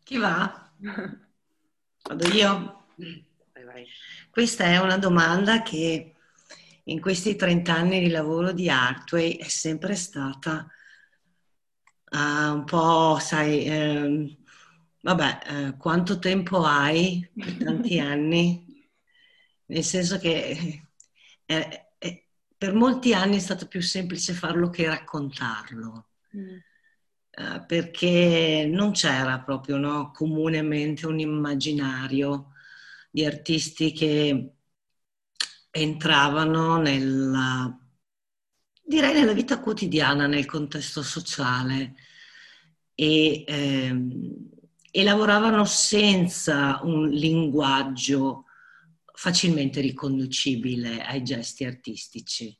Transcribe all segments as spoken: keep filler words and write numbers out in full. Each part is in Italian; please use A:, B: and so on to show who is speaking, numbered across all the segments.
A: Chi va? Vado io?
B: Vai, vai.
A: Questa è una domanda che in questi trenta anni di lavoro di Artway è sempre stata ah, un po', sai, ehm, vabbè, eh, quanto tempo hai per tanti anni? Nel senso che eh, eh, per molti anni è stato più semplice farlo che raccontarlo.
B: Mm.
A: Eh, perché non c'era proprio, no, comunemente un immaginario di artisti che entravano nella, direi nella vita quotidiana, nel contesto sociale e, ehm, e lavoravano senza un linguaggio facilmente riconducibile ai gesti artistici.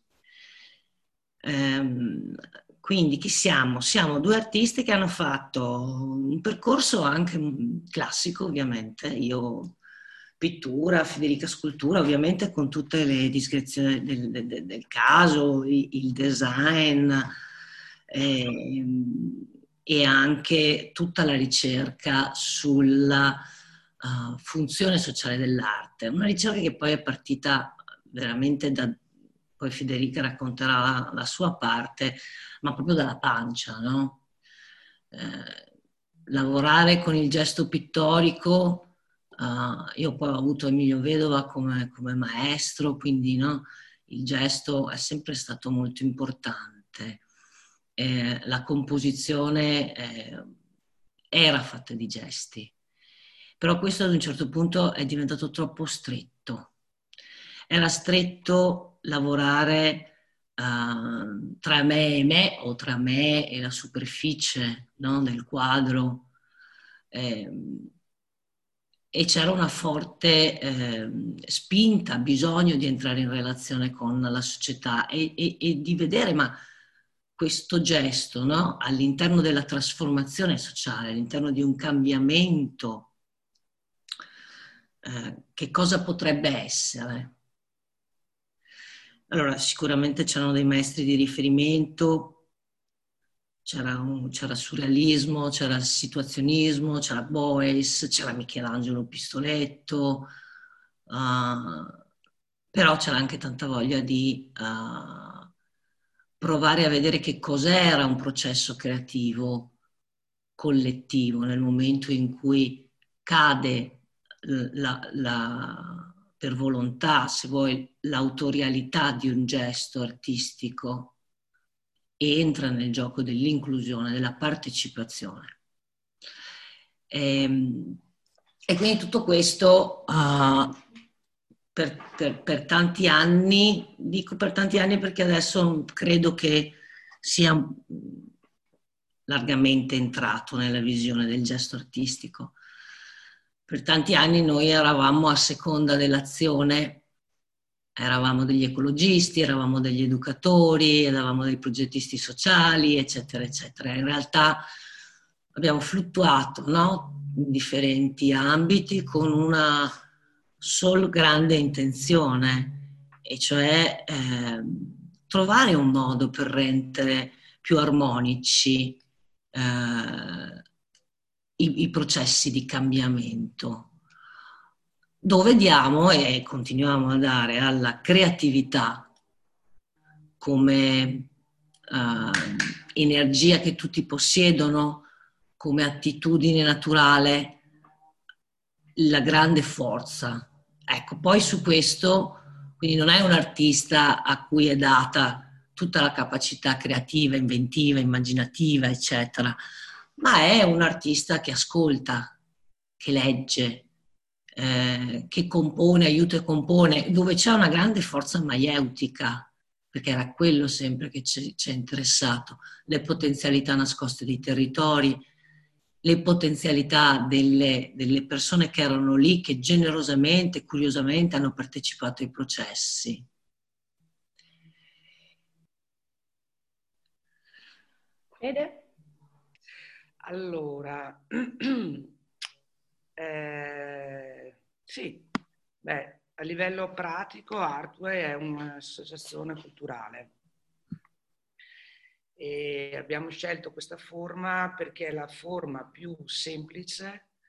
A: Ehm, quindi chi siamo? Siamo due artisti che hanno fatto un percorso anche classico, ovviamente. Io pittura, Federica scultura, ovviamente con tutte le discrezioni del, del- del caso, il, il design ehm, e anche tutta la ricerca sulla uh, funzione sociale dell'arte. Una ricerca che poi è partita veramente da, poi Federica racconterà la, la sua parte, ma proprio dalla pancia, no? Eh, lavorare con il gesto pittorico. Uh, io poi ho avuto Emilio Vedova come, come maestro, quindi no, il gesto è sempre stato molto importante. Eh, la composizione eh, era fatta di gesti, però questo ad un certo punto è diventato troppo stretto. Era stretto lavorare uh, tra me e me o tra me e la superficie, no, del quadro. Eh, e c'era una forte eh, spinta, bisogno di entrare in relazione con la società e, e, e di vedere, ma questo gesto, no? All'interno della trasformazione sociale, all'interno di un cambiamento, eh, che cosa potrebbe essere? Allora, sicuramente c'erano dei maestri di riferimento, c'era, un, c'era surrealismo, c'era situazionismo, c'era Beuys, c'era Michelangelo Pistoletto, uh, però c'era anche tanta voglia di uh, provare a vedere che cos'era un processo creativo collettivo nel momento in cui cade la, la, per volontà, se vuoi, l'autorialità di un gesto artistico e entra nel gioco dell'inclusione, della partecipazione. E, e quindi tutto questo uh, per, per, per tanti anni, dico per tanti anni perché adesso credo che sia largamente entrato nella visione del gesto artistico. Per tanti anni noi eravamo a seconda dell'azione, eravamo degli ecologisti, eravamo degli educatori, eravamo dei progettisti sociali, eccetera, eccetera. In realtà abbiamo fluttuato, no? In differenti ambiti con una solo grande intenzione, e cioè eh, trovare un modo per rendere più armonici eh, i, i processi di cambiamento, dove diamo e continuiamo a dare alla creatività come uh, energia che tutti possiedono, come attitudine naturale, la grande forza. Ecco, poi su questo, quindi non è un artista a cui è data tutta la capacità creativa, inventiva, immaginativa, eccetera, ma è un artista che ascolta, che legge, eh, che compone, aiuta e compone, dove c'è una grande forza maieutica, perché era quello sempre che ci è interessato, le potenzialità nascoste dei territori, le potenzialità delle, delle persone che erano lì, che generosamente, curiosamente hanno partecipato ai processi.
B: Fede? Allora, eh, sì, beh, a livello pratico Artway è un'associazione culturale e abbiamo scelto questa forma perché è la forma più semplice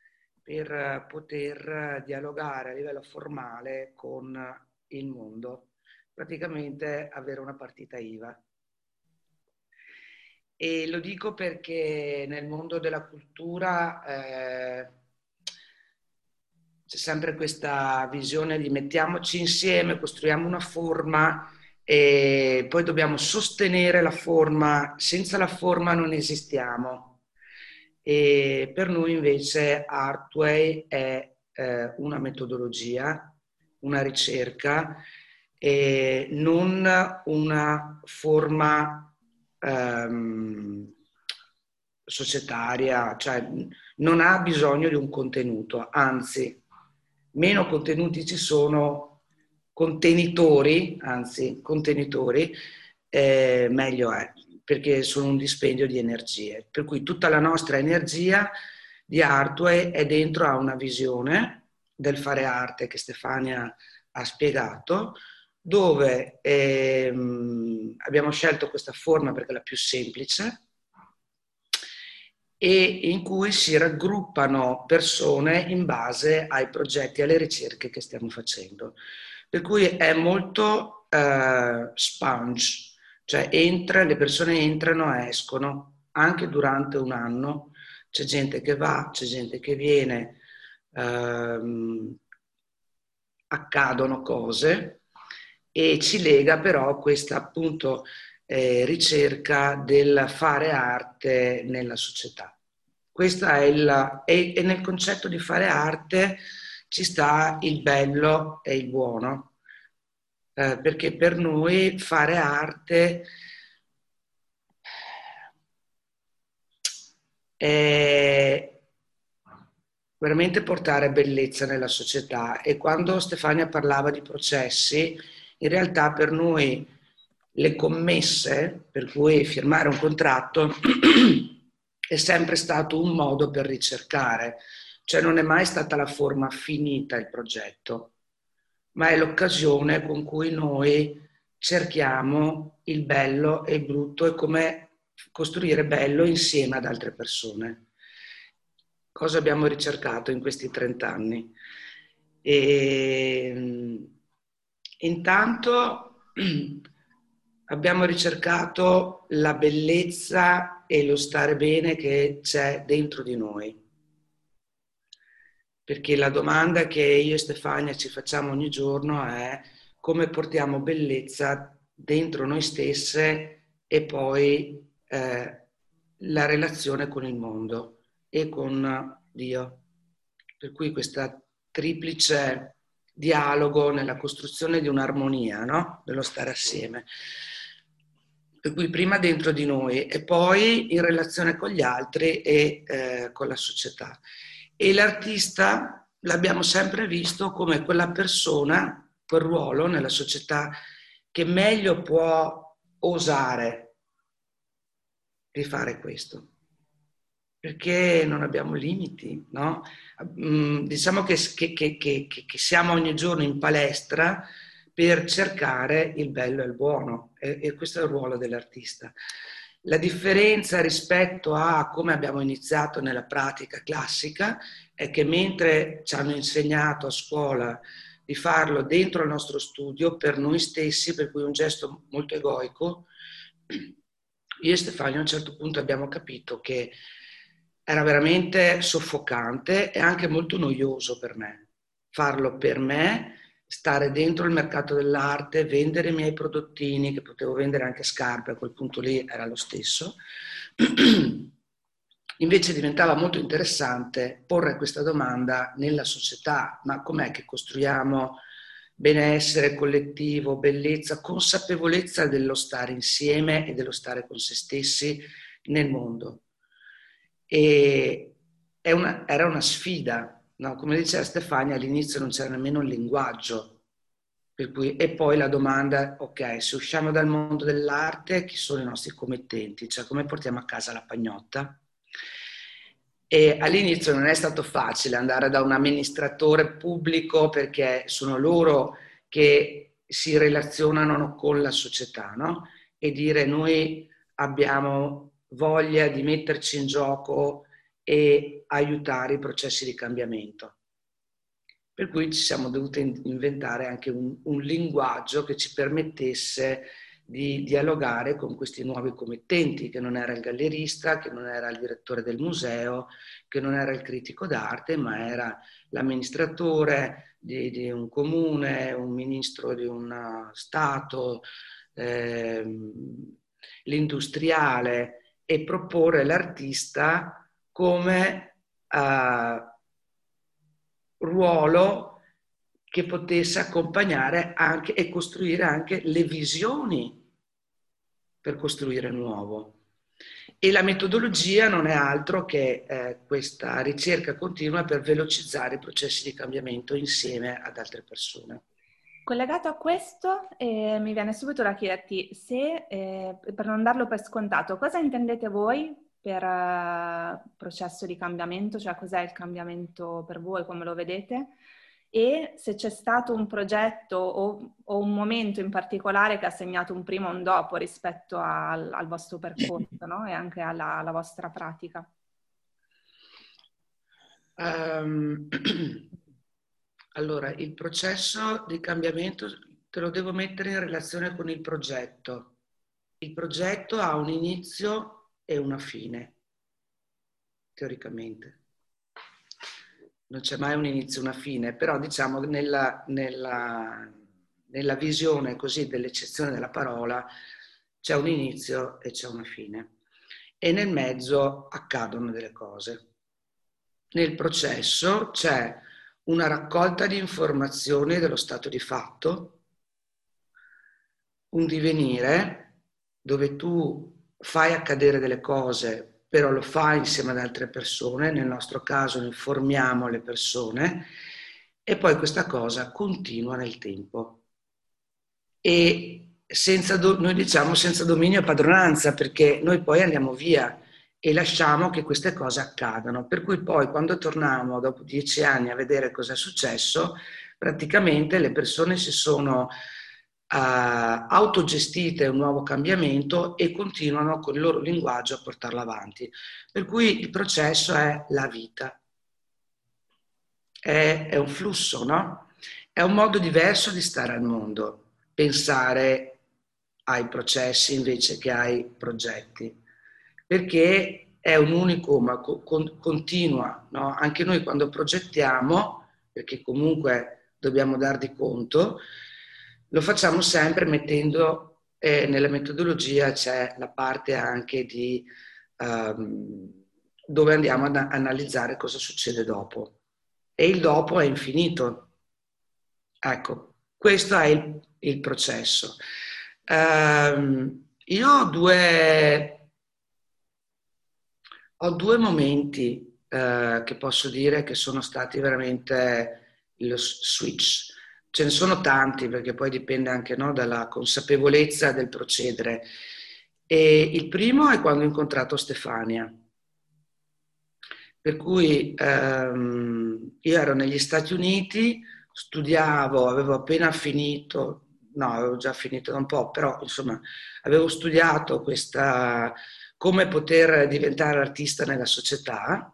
B: per poter dialogare a livello formale con il mondo, praticamente avere una partita I V A. E lo dico perché nel mondo della cultura eh, c'è sempre questa visione di mettiamoci insieme, costruiamo una forma e poi dobbiamo sostenere la forma, senza la forma non esistiamo. E per noi invece Artway è eh, una metodologia, una ricerca e non una forma ehm, societaria, cioè non ha bisogno di un contenuto, anzi, meno contenuti ci sono, contenitori, anzi, contenitori, eh, meglio è, perché sono un dispendio di energie. Per cui tutta la nostra energia di Artway è dentro a una visione del fare arte che Stefania ha spiegato, dove ehm, abbiamo scelto questa forma perché è la più semplice, e in cui si raggruppano persone in base ai progetti e alle ricerche che stiamo facendo. Per cui è molto eh, sponge, cioè entra, le persone entrano e escono anche durante un anno. C'è gente che va, c'è gente che viene, ehm, accadono cose e ci lega però questa appunto eh, ricerca del fare arte nella società. Questo è il, e, e nel concetto di fare arte ci sta il bello e il buono, eh, perché per noi fare arte è veramente portare bellezza nella società. E quando Stefania parlava di processi, in realtà per noi le commesse, per cui firmare un contratto, è sempre stato un modo per ricercare, cioè non è mai stata la forma finita il progetto, ma è l'occasione con cui noi cerchiamo il bello e il brutto e come costruire bello insieme ad altre persone. Cosa abbiamo ricercato in questi trent'anni? E intanto abbiamo ricercato la bellezza e lo stare bene che c'è dentro di noi. Perché la domanda che io e Stefania ci facciamo ogni giorno è come portiamo bellezza dentro noi stesse e poi eh, la relazione con il mondo e con Dio. Per cui questa triplice dialogo nella costruzione di un'armonia, no? Dello stare assieme. Per cui prima dentro di noi e poi in relazione con gli altri e eh, con la società. E l'artista l'abbiamo sempre visto come quella persona, quel ruolo nella società che meglio può osare di fare questo. Perché non abbiamo limiti, no? Mm, diciamo che, che, che, che, che siamo ogni giorno in palestra per cercare il bello e il buono, e, e questo è il ruolo dell'artista. La differenza rispetto a come abbiamo iniziato nella pratica classica è che mentre ci hanno insegnato a scuola di farlo dentro il nostro studio per noi stessi, per cui un gesto molto egoico, io e Stefania a un certo punto abbiamo capito che era veramente soffocante e anche molto noioso per me. Farlo per me, stare dentro il mercato dell'arte, vendere i miei prodottini, che potevo vendere anche scarpe, a quel punto lì era lo stesso. Invece diventava molto interessante porre questa domanda nella società, ma com'è che costruiamo benessere collettivo, bellezza, consapevolezza dello stare insieme e dello stare con se stessi nel mondo? E è una, era una sfida, no? Come diceva Stefania, all'inizio non c'era nemmeno il linguaggio, per cui, e poi la domanda, ok, se usciamo dal mondo dell'arte, chi sono i nostri committenti? Cioè come portiamo a casa la pagnotta? E all'inizio non è stato facile andare da un amministratore pubblico perché sono loro che si relazionano con la società, no? E dire noi abbiamo voglia di metterci in gioco e aiutare i processi di cambiamento. Per cui ci siamo dovuti inventare anche un, un linguaggio che ci permettesse di dialogare con questi nuovi committenti, che non era il gallerista, che non era il direttore del museo, che non era il critico d'arte, ma era l'amministratore di, di un comune, un ministro di un stato, ehm, l'industriale, e proporre l'artista come uh, ruolo che potesse accompagnare anche e costruire anche le visioni per costruire nuovo. E la metodologia non è altro che eh, questa ricerca continua per velocizzare i processi di cambiamento insieme ad altre persone.
C: Collegato a questo, eh, mi viene subito da chiederti se, eh, per non darlo per scontato, cosa intendete voi per uh, processo di cambiamento, cioè cos'è il cambiamento per voi, come lo vedete, e se c'è stato un progetto o, o un momento in particolare che ha segnato un prima o un dopo rispetto al, al vostro percorso, no? E anche alla, alla vostra pratica.
B: Um, allora, il processo di cambiamento te lo devo mettere in relazione con il progetto. Il progetto ha un inizio e una fine, teoricamente. Non c'è mai un inizio e una fine, però diciamo nella, nella, nella visione così dell'eccezione della parola c'è un inizio e c'è una fine. E nel mezzo accadono delle cose. Nel processo c'è una raccolta di informazioni dello stato di fatto, un divenire dove tu fai accadere delle cose, però lo fai insieme ad altre persone, nel nostro caso informiamo le persone, e poi questa cosa continua nel tempo. E senza do- noi diciamo senza dominio e padronanza, perché noi poi andiamo via e lasciamo che queste cose accadano. Per cui poi quando torniamo dopo dieci anni a vedere cosa è successo, praticamente le persone si sono Uh, autogestite un nuovo cambiamento e continuano con il loro linguaggio a portarlo avanti. Per cui il processo è la vita, è, è un flusso, no? È un modo diverso di stare al mondo, pensare ai processi invece che ai progetti, perché è un unicum, con, continua, no? Anche noi quando progettiamo, perché comunque dobbiamo dardi conto, lo facciamo sempre mettendo, eh, nella metodologia c'è la parte anche di um, dove andiamo ad analizzare cosa succede dopo. E il dopo è infinito. Ecco, questo è il, il processo. Um, io ho due, ho due momenti uh, che posso dire che sono stati veramente lo switch. Ce ne sono tanti, perché poi dipende anche, no, dalla consapevolezza del procedere. E il primo è quando ho incontrato Stefania. Per cui ehm, io ero negli Stati Uniti, studiavo, avevo appena finito, no, avevo già finito da un po', però insomma avevo studiato questa, come poter diventare artista nella società.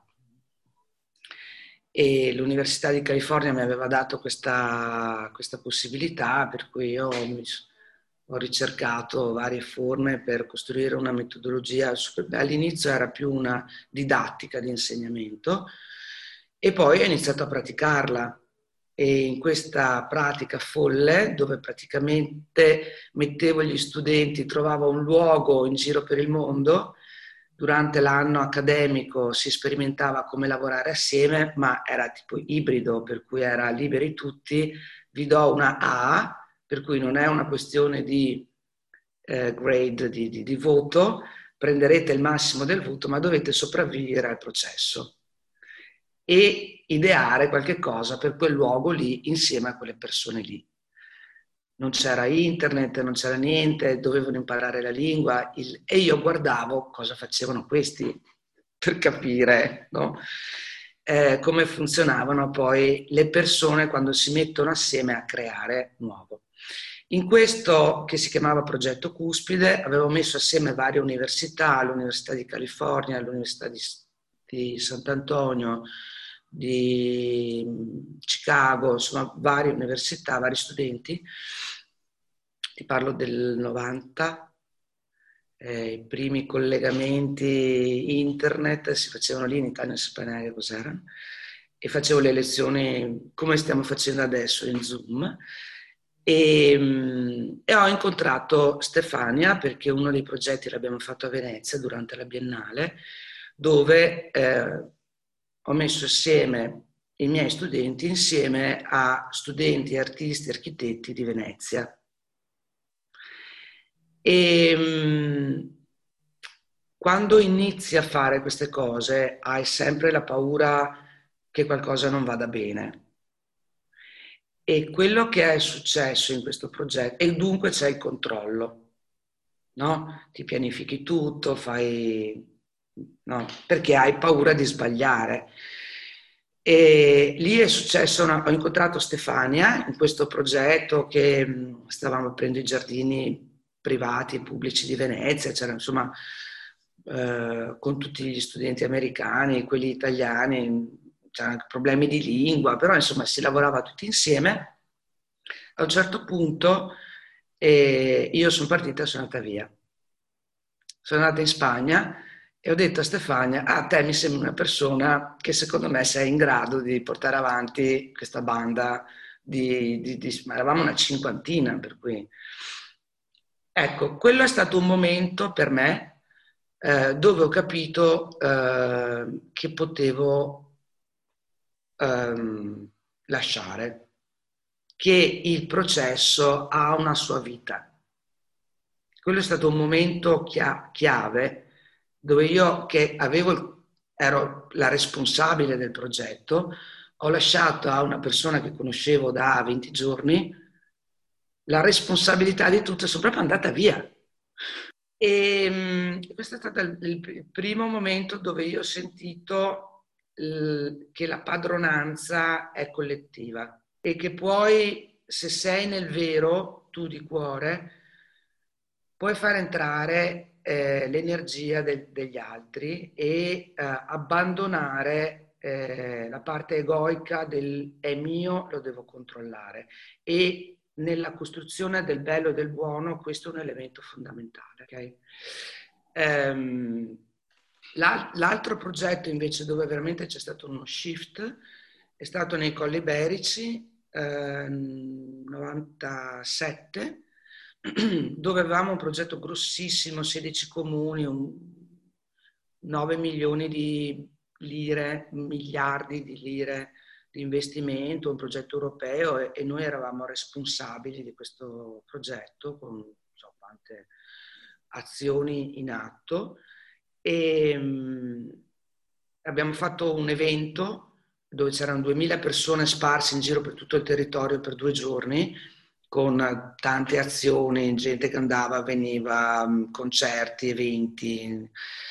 B: E l'Università di California mi aveva dato questa, questa possibilità, per cui io mi, ho ricercato varie forme per costruire una metodologia. All'inizio era più una didattica di insegnamento e poi ho iniziato a praticarla. E in questa pratica folle, dove praticamente mettevo gli studenti, trovavo un luogo in giro per il mondo. Durante l'anno accademico si sperimentava come lavorare assieme, ma era tipo ibrido, per cui era liberi tutti, vi do una A, per cui non è una questione di eh, grade, di, di, di voto, prenderete il massimo del voto, ma dovete sopravvivere al processo e ideare qualche cosa per quel luogo lì insieme a quelle persone lì. Non c'era internet, non c'era niente, dovevano imparare la lingua il, e io guardavo cosa facevano questi per capire, no? eh, come funzionavano poi le persone quando si mettono assieme a creare nuovo. In questo, che si chiamava Progetto Cuspide, avevo messo assieme varie università, l'Università di California, l'Università di, di Sant'Antonio, di Chicago, insomma varie università, vari studenti. Ti parlo del novanta, eh, i primi collegamenti internet si facevano lì in Italia, non sapevo neanche cos'erano, e facevo le lezioni come stiamo facendo adesso in Zoom. E, e ho incontrato Stefania perché uno dei progetti l'abbiamo fatto a Venezia durante la Biennale, dove eh, ho messo assieme i miei studenti insieme a studenti, artisti, architetti di Venezia. E mh, quando inizi a fare queste cose hai sempre la paura che qualcosa non vada bene. E quello che è successo in questo progetto, e dunque c'è il controllo, no? Ti pianifichi tutto, fai, no? Perché hai paura di sbagliare. E lì è successo, una, ho incontrato Stefania in questo progetto che mh, stavamo aprendo i giardini privati e pubblici di Venezia, c'era insomma eh, con tutti gli studenti americani, quelli italiani, c'erano anche problemi di lingua, però insomma si lavorava tutti insieme. A un certo punto eh, io sono partita e sono andata via. Sono andata in Spagna e ho detto a Stefania, a te mi sembra una persona che secondo me sei in grado di portare avanti questa banda, di, di, di, ma eravamo una cinquantina, per cui... Ecco, quello è stato un momento per me eh, dove ho capito eh, che potevo ehm, lasciare, che il processo ha una sua vita. Quello è stato un momento chia- chiave dove io, che avevo, ero la responsabile del progetto, ho lasciato a una persona che conoscevo da venti giorni la responsabilità di tutto, sono proprio andata via. E um, questo è stato il, il primo momento dove io ho sentito il, che la padronanza è collettiva e che poi, se sei nel vero, tu di cuore, puoi far entrare eh, l'energia del, degli altri e eh, abbandonare eh, la parte egoica del è mio, lo devo controllare. E nella costruzione del bello e del buono questo è un elemento fondamentale. Okay? Ehm, l'altro progetto invece dove veramente c'è stato uno shift è stato nei Colli Iberici, eh, novantasette, dove avevamo un progetto grossissimo, sedici comuni, un, nove milioni di lire, miliardi di lire di investimento, un progetto europeo, e, e noi eravamo responsabili di questo progetto con non so quante azioni in atto. E mh, abbiamo fatto un evento dove c'erano duemila persone sparse in giro per tutto il territorio per due giorni, con tante azioni, gente che andava, veniva, concerti, eventi.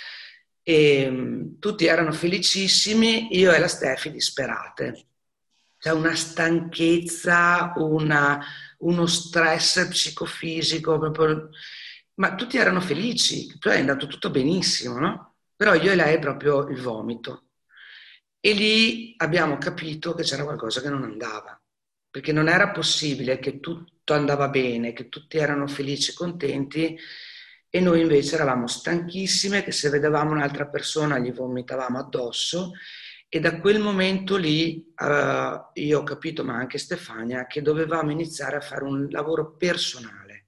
B: E mh, tutti erano felicissimi, io e la Stefi disperate. C'è una stanchezza, una, uno stress psicofisico, proprio, ma tutti erano felici, cioè è andato tutto benissimo, no? Però io e lei proprio il vomito. E lì abbiamo capito che c'era qualcosa che non andava, perché non era possibile che tutto andava bene, che tutti erano felici e contenti, e noi invece eravamo stanchissime, che se vedevamo un'altra persona gli vomitavamo addosso. E da quel momento lì uh, io ho capito, ma anche Stefania, che dovevamo iniziare a fare un lavoro personale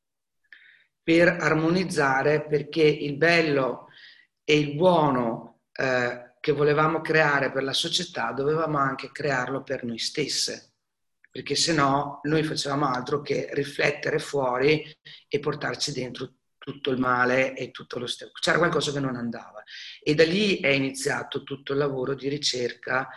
B: per armonizzare, perché il bello e il buono uh, che volevamo creare per la società dovevamo anche crearlo per noi stesse, perché se no noi facevamo altro che riflettere fuori e portarci dentro tutto il male e tutto lo stesso. C'era qualcosa che non andava. E da lì è iniziato tutto il lavoro di ricerca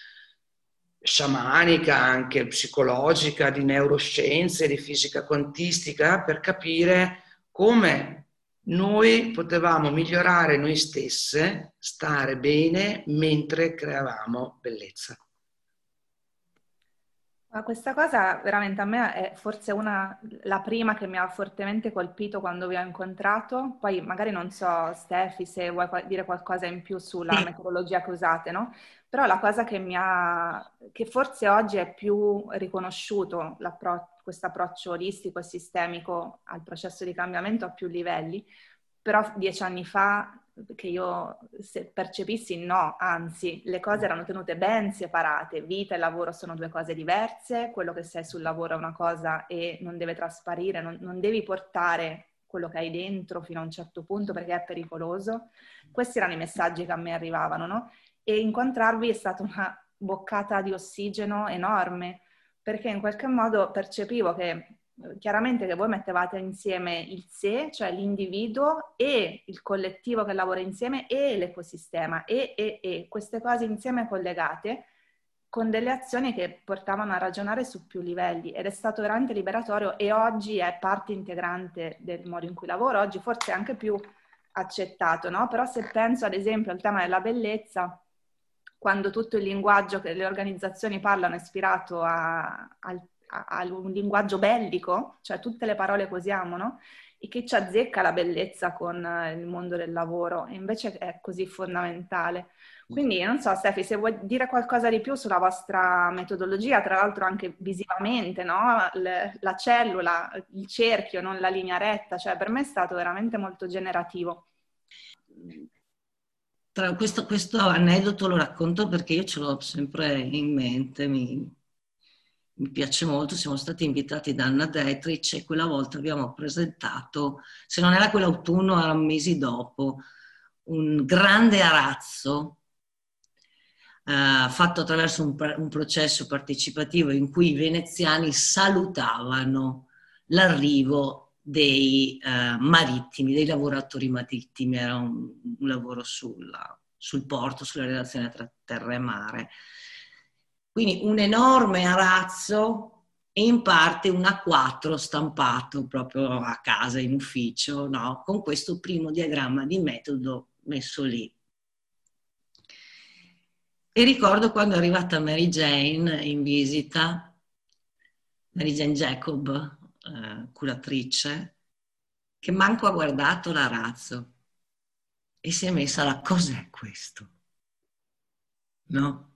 B: sciamanica, anche psicologica, di neuroscienze, di fisica quantistica, per capire come noi potevamo migliorare noi stesse, stare bene mentre creavamo bellezza.
C: Ma questa cosa veramente a me è forse una, la prima che mi ha fortemente colpito quando vi ho incontrato. Poi magari non so, Stefi, se vuoi qua- dire qualcosa in più sulla
A: Sì.
C: metodologia che usate, no? Però la cosa che mi ha, che forse oggi è più riconosciuto, questo approccio olistico e sistemico al processo di cambiamento a più livelli, però dieci anni fa che io se percepissi no, anzi, le cose erano tenute ben separate, vita e lavoro sono due cose diverse, quello che sei sul lavoro è una cosa e non deve trasparire, non, non devi portare quello che hai dentro fino a un certo punto perché è pericoloso. Questi erano i messaggi che a me arrivavano, no? E incontrarvi è stata una boccata di ossigeno enorme, perché in qualche modo percepivo che chiaramente che voi mettevate insieme il sé, cioè l'individuo, e il collettivo che lavora insieme e l'ecosistema, e, e, e queste cose insieme collegate con delle azioni che portavano a ragionare su più livelli, ed è stato veramente liberatorio e oggi è parte integrante del modo in cui lavoro, oggi forse è anche più accettato, no? Però se penso ad esempio al tema della bellezza, quando tutto il linguaggio che le organizzazioni parlano è ispirato a, al a un linguaggio bellico, cioè tutte le parole che usiamo, no? E che ci azzecca la bellezza con il mondo del lavoro, e invece è così fondamentale. Quindi non so, Stefi, se vuoi dire qualcosa di più sulla vostra metodologia, tra l'altro anche visivamente, no? Le, la cellula, il cerchio, non la linea retta, cioè per me è stato veramente molto generativo.
A: Tra questo, questo aneddoto lo racconto perché io ce l'ho sempre in mente, mi, mi piace molto. Siamo stati invitati da Anna Detrich e quella volta abbiamo presentato, se non era quell'autunno, erano mesi dopo, un grande arazzo eh, fatto attraverso un, un processo partecipativo in cui i veneziani salutavano l'arrivo dei eh, marittimi, dei lavoratori marittimi. Era un, un lavoro sulla, sul porto, sulla relazione tra terra e mare. Quindi un enorme arazzo e in parte un A quattro stampato proprio a casa, in ufficio, no? Con questo primo diagramma di metodo messo lì. E ricordo quando è arrivata Mary Jane in visita, Mary Jane Jacob, eh, curatrice, che manco ha guardato l'arazzo e si è messa la cos'è questo? No?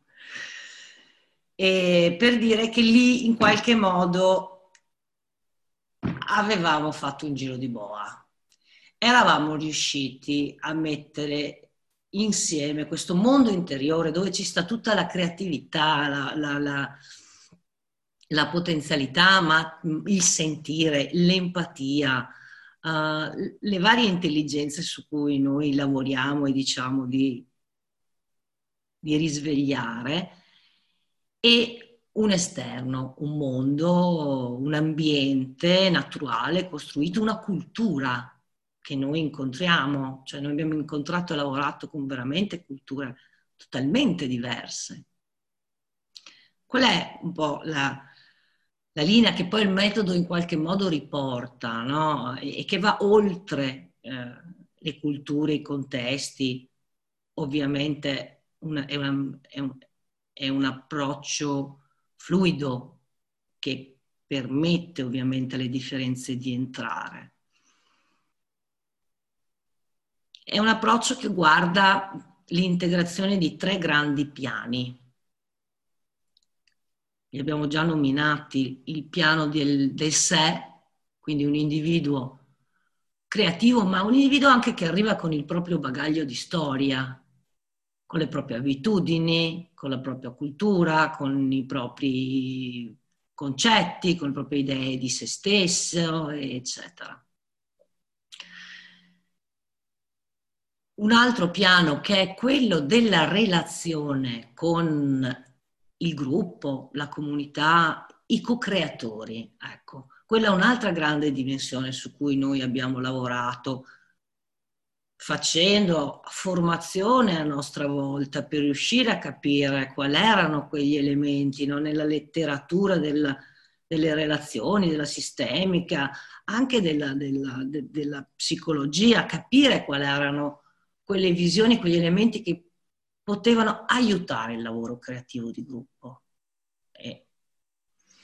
A: E per dire che lì in qualche modo avevamo fatto un giro di boa. Eravamo riusciti a mettere insieme questo mondo interiore dove ci sta tutta la creatività, la, la, la, la potenzialità, ma il sentire, l'empatia, uh, le varie intelligenze su cui noi lavoriamo e diciamo di, di risvegliare, e un esterno, un mondo, un ambiente naturale costruito, una cultura che noi incontriamo, cioè noi abbiamo incontrato e lavorato con veramente culture totalmente diverse. Qual è un po' la, la linea che poi il metodo in qualche modo riporta, no? E, e che va oltre eh, le culture, i contesti. Ovviamente una, è, una, è, un, è un approccio fluido che permette ovviamente alle differenze di entrare. È un approccio che guarda l'integrazione di tre grandi piani. Li abbiamo già nominati: il piano del, del sé, quindi un individuo creativo, ma un individuo anche che arriva con il proprio bagaglio di storia, con le proprie abitudini, con la propria cultura, con i propri concetti, con le proprie idee di se stesso, eccetera. Un altro piano che è quello della relazione con il gruppo, la comunità, i co-creatori. Ecco, quella è un'altra grande dimensione su cui noi abbiamo lavorato, facendo formazione a nostra volta per riuscire a capire quali erano quegli elementi, no? Nella letteratura del, delle relazioni, della sistemica, anche della, della, de, della psicologia, capire quali erano quelle visioni, quegli elementi che potevano aiutare il lavoro creativo di gruppo. E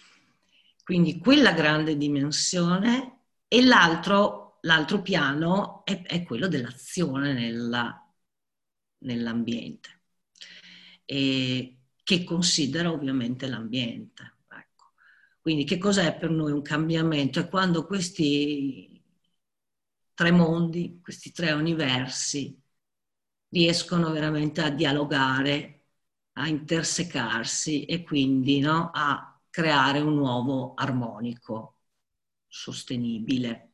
A: Quindi quella grande dimensione, e l'altro, l'altro piano è, è quello dell'azione nella, nell'ambiente, e che considera ovviamente l'ambiente. Ecco. Quindi che cos'è per noi un cambiamento? È quando questi tre mondi, questi tre universi riescono veramente a dialogare, a intersecarsi e quindi, no, a creare un nuovo armonico sostenibile.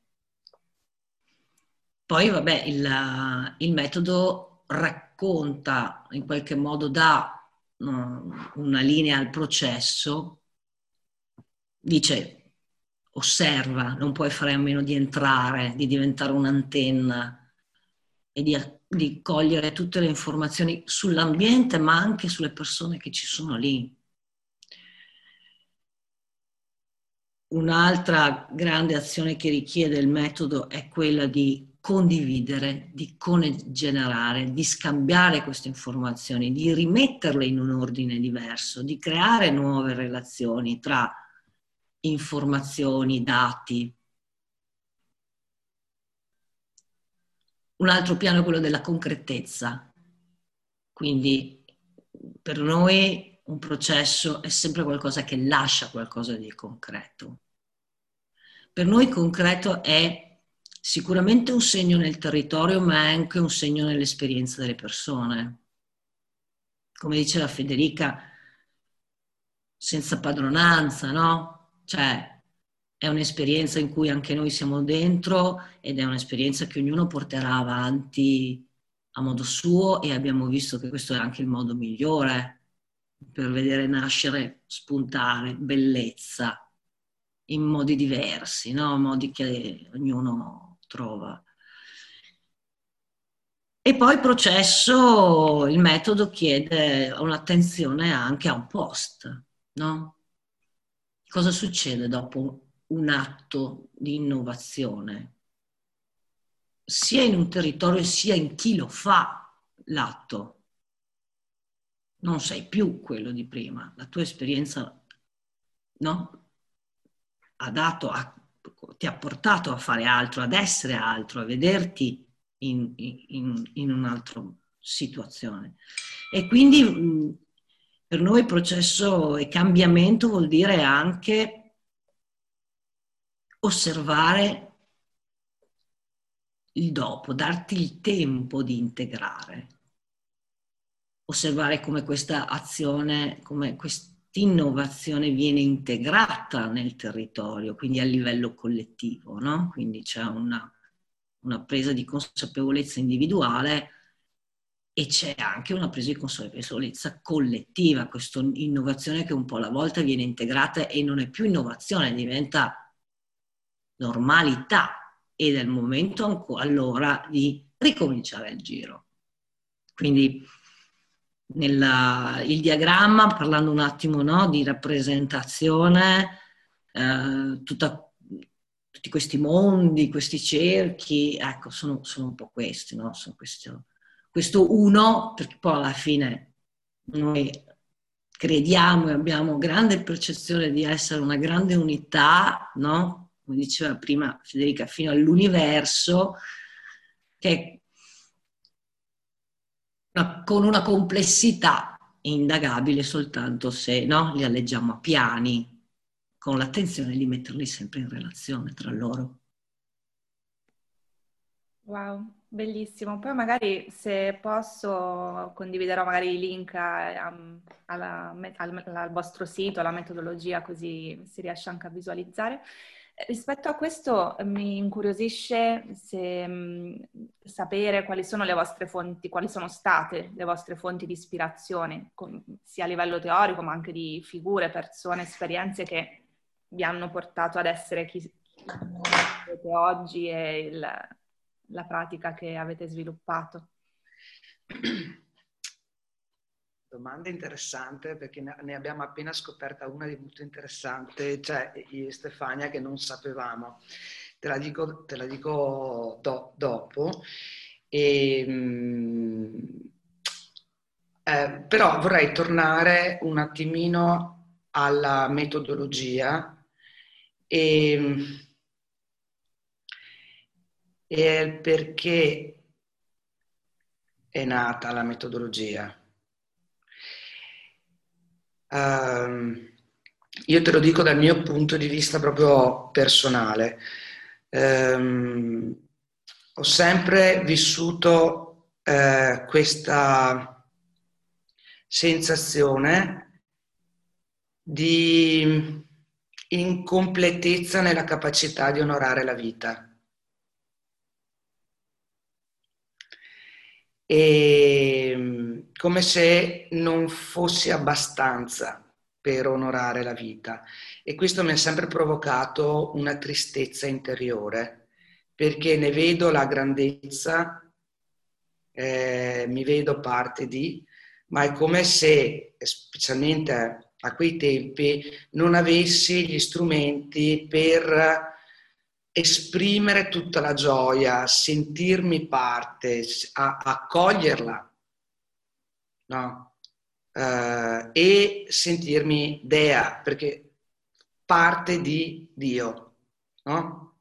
A: Poi, vabbè, il, il metodo racconta, in qualche modo dà uh, una linea al processo, dice, osserva, non puoi fare a meno di entrare, di diventare un'antenna e di, di cogliere tutte le informazioni sull'ambiente, ma anche sulle persone che ci sono lì. Un'altra grande azione che richiede il metodo è quella di condividere, di generare, di scambiare queste informazioni, di rimetterle in un ordine diverso, di creare nuove relazioni tra informazioni, dati. Un altro piano è quello della concretezza. Quindi per noi un processo è sempre qualcosa che lascia qualcosa di concreto. Per noi concreto è sicuramente un segno nel territorio, ma è anche un segno nell'esperienza delle persone. Come diceva Federica, senza padronanza, no? Cioè, è un'esperienza in cui anche noi siamo dentro ed è un'esperienza che ognuno porterà avanti a modo suo, e abbiamo visto che questo è anche il modo migliore per vedere nascere, spuntare bellezza in modi diversi, no? Modi che ognuno trova. E poi il processo, il metodo chiede un'attenzione anche a un post, no? Cosa succede dopo un atto di innovazione? Sia in un territorio sia in chi lo fa l'atto. Non sei più quello di prima, la tua esperienza, no? Ha dato, ha, ti ha portato a fare altro, ad essere altro, a vederti in, in, in un'altra situazione. E quindi mh, per noi processo e cambiamento vuol dire anche osservare il dopo, darti il tempo di integrare, osservare come questa azione, come quest'innovazione viene integrata nel territorio, quindi a livello collettivo, no? Quindi c'è una, una presa di consapevolezza individuale e c'è anche una presa di consapevolezza collettiva, questa innovazione che un po' alla volta viene integrata e non è più innovazione, diventa normalità, ed è il momento allora di ricominciare il giro. Quindi nella, il diagramma, parlando un attimo, no, di rappresentazione, eh, tutta, tutti questi mondi, questi cerchi, ecco, sono, sono un po' questi, no? Sono questo, questo uno, perché poi alla fine noi crediamo e abbiamo grande percezione di essere una grande unità, no? Come diceva prima Federica, fino all'universo, che una, con una complessità indagabile soltanto se, no, li alleggiamo a piani, con l'attenzione di metterli sempre in relazione tra loro.
C: Wow, bellissimo. Poi magari, se posso, condividerò magari i link a, a, alla, al, al vostro sito, alla metodologia, così si riesce anche a visualizzare. Rispetto a questo mi incuriosisce se, mh, sapere quali sono le vostre fonti, quali sono state le vostre fonti di ispirazione, con, sia a livello teorico ma anche di figure, persone, esperienze che vi hanno portato ad essere chi, chi siete oggi e il, la pratica che avete sviluppato.
B: Domanda interessante, perché ne abbiamo appena scoperta una di molto interessante, cioè io e Stefania, che non sapevamo. Te la dico, te la dico do, dopo. E, eh, però vorrei tornare un attimino alla metodologia E, e perché è nata la metodologia? Um, io te lo dico dal mio punto di vista proprio personale. Um, ho sempre vissuto uh, questa sensazione di incompletezza nella capacità di onorare la vita. E come se non fossi abbastanza per onorare la vita, e questo mi ha sempre provocato una tristezza interiore, perché ne vedo la grandezza, eh, mi vedo parte di, ma è come se, specialmente a quei tempi, non avessi gli strumenti per esprimere tutta la gioia, sentirmi parte, a, accoglierla, no? Uh, e sentirmi dea, perché parte di Dio, no?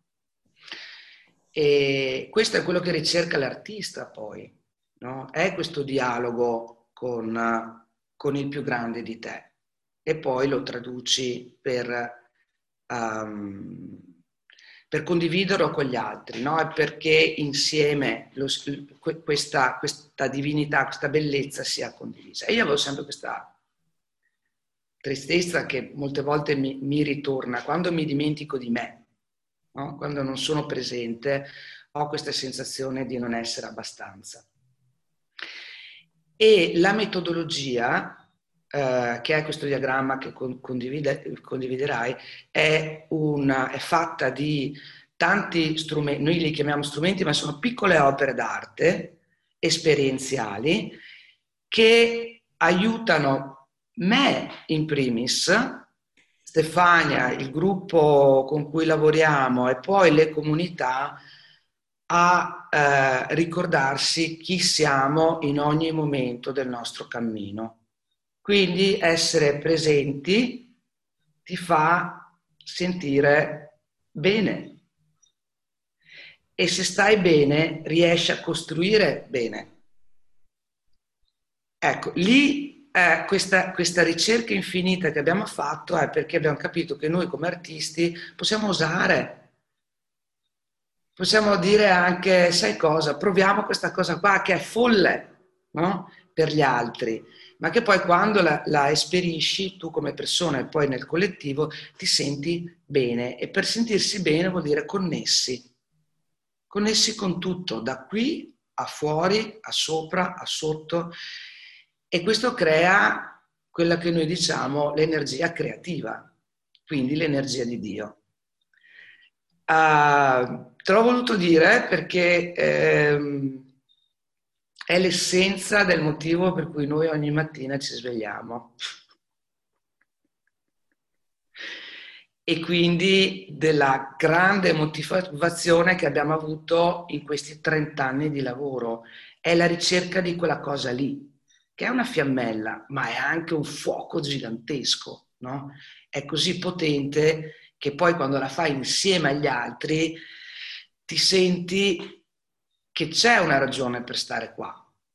B: E questo è quello che ricerca l'artista poi, no? È questo dialogo con, con il più grande di te, e poi lo traduci per... Um, per condividerlo con gli altri, no? E perché insieme lo, questa, questa divinità, questa bellezza sia condivisa. E io avevo sempre questa tristezza che molte volte mi, mi ritorna quando mi dimentico di me, no? Quando non sono presente, ho questa sensazione di non essere abbastanza. E la metodologia, Uh, che è questo diagramma che con, condivide, condividerai, è, una, è fatta di tanti strumenti, noi li chiamiamo strumenti, ma sono piccole opere d'arte esperienziali che aiutano me in primis, Stefania, il gruppo con cui lavoriamo e poi le comunità a uh, ricordarsi chi siamo in ogni momento del nostro cammino. Quindi essere presenti ti fa sentire bene, e se stai bene riesci a costruire bene. Ecco, lì eh, questa, questa ricerca infinita che abbiamo fatto è perché abbiamo capito che noi come artisti possiamo osare, possiamo dire anche, sai cosa, proviamo questa cosa qua che è folle, no? Per gli altri, ma che poi quando la, la esperisci tu come persona e poi nel collettivo ti senti bene, e per sentirsi bene vuol dire connessi, connessi con tutto, da qui a fuori, a sopra, a sotto, e questo crea quella che noi diciamo l'energia creativa, quindi l'energia di Dio. Uh, te l'ho voluto dire perché ehm, è l'essenza del motivo per cui noi ogni mattina ci svegliamo. E quindi della grande motivazione che abbiamo avuto in questi trent'anni di lavoro. È la ricerca di quella cosa lì, che è una fiammella, ma è anche un fuoco gigantesco, no? È così potente che poi quando la fai insieme agli altri ti senti che c'è una ragione per stare qua,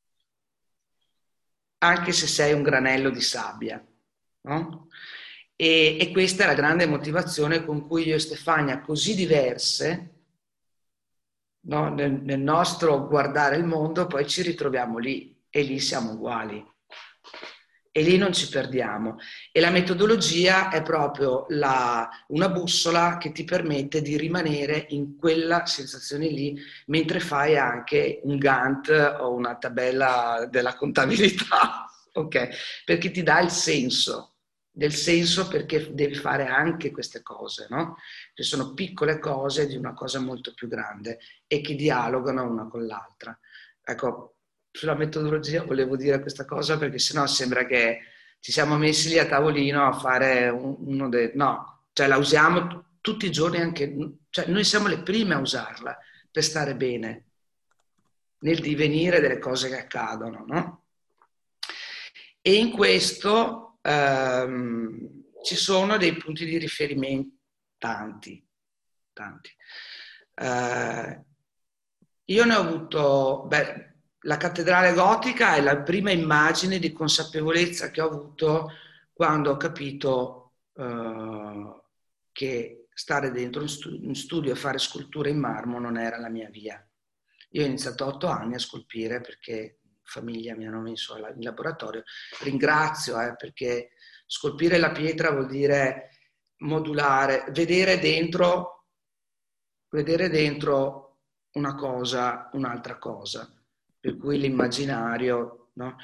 B: anche se sei un granello di sabbia, no? E, e questa è la grande motivazione con cui io e Stefania, così diverse, no? nel, nel nostro guardare il mondo, poi ci ritroviamo lì, e lì siamo uguali. E lì non ci perdiamo. E la metodologia è proprio la, una bussola che ti permette di rimanere in quella sensazione lì, mentre fai anche un Gantt o una tabella della contabilità, ok? Perché ti dà il senso, del senso perché devi fare anche queste cose, no? Che sono piccole cose di una cosa molto più grande e che dialogano una con l'altra. Ecco, sulla metodologia volevo dire questa cosa perché sennò sembra che ci siamo messi lì a tavolino a fare uno dei... No, cioè la usiamo t- tutti i giorni anche... Cioè noi siamo le prime a usarla per stare bene nel divenire delle cose che accadono, no? E in questo ehm, ci sono dei punti di riferimento tanti, tanti. Uh, io ne ho avuto, beh, la cattedrale gotica è la prima immagine di consapevolezza che ho avuto quando ho capito uh, che stare dentro un, stu- un studio e fare sculture in marmo non era la mia via. Io ho iniziato a otto anni a scolpire perché famiglia mi hanno messo in laboratorio. Ringrazio eh, perché scolpire la pietra vuol dire modulare, vedere dentro, vedere dentro una cosa, un'altra cosa, per cui l'immaginario, no?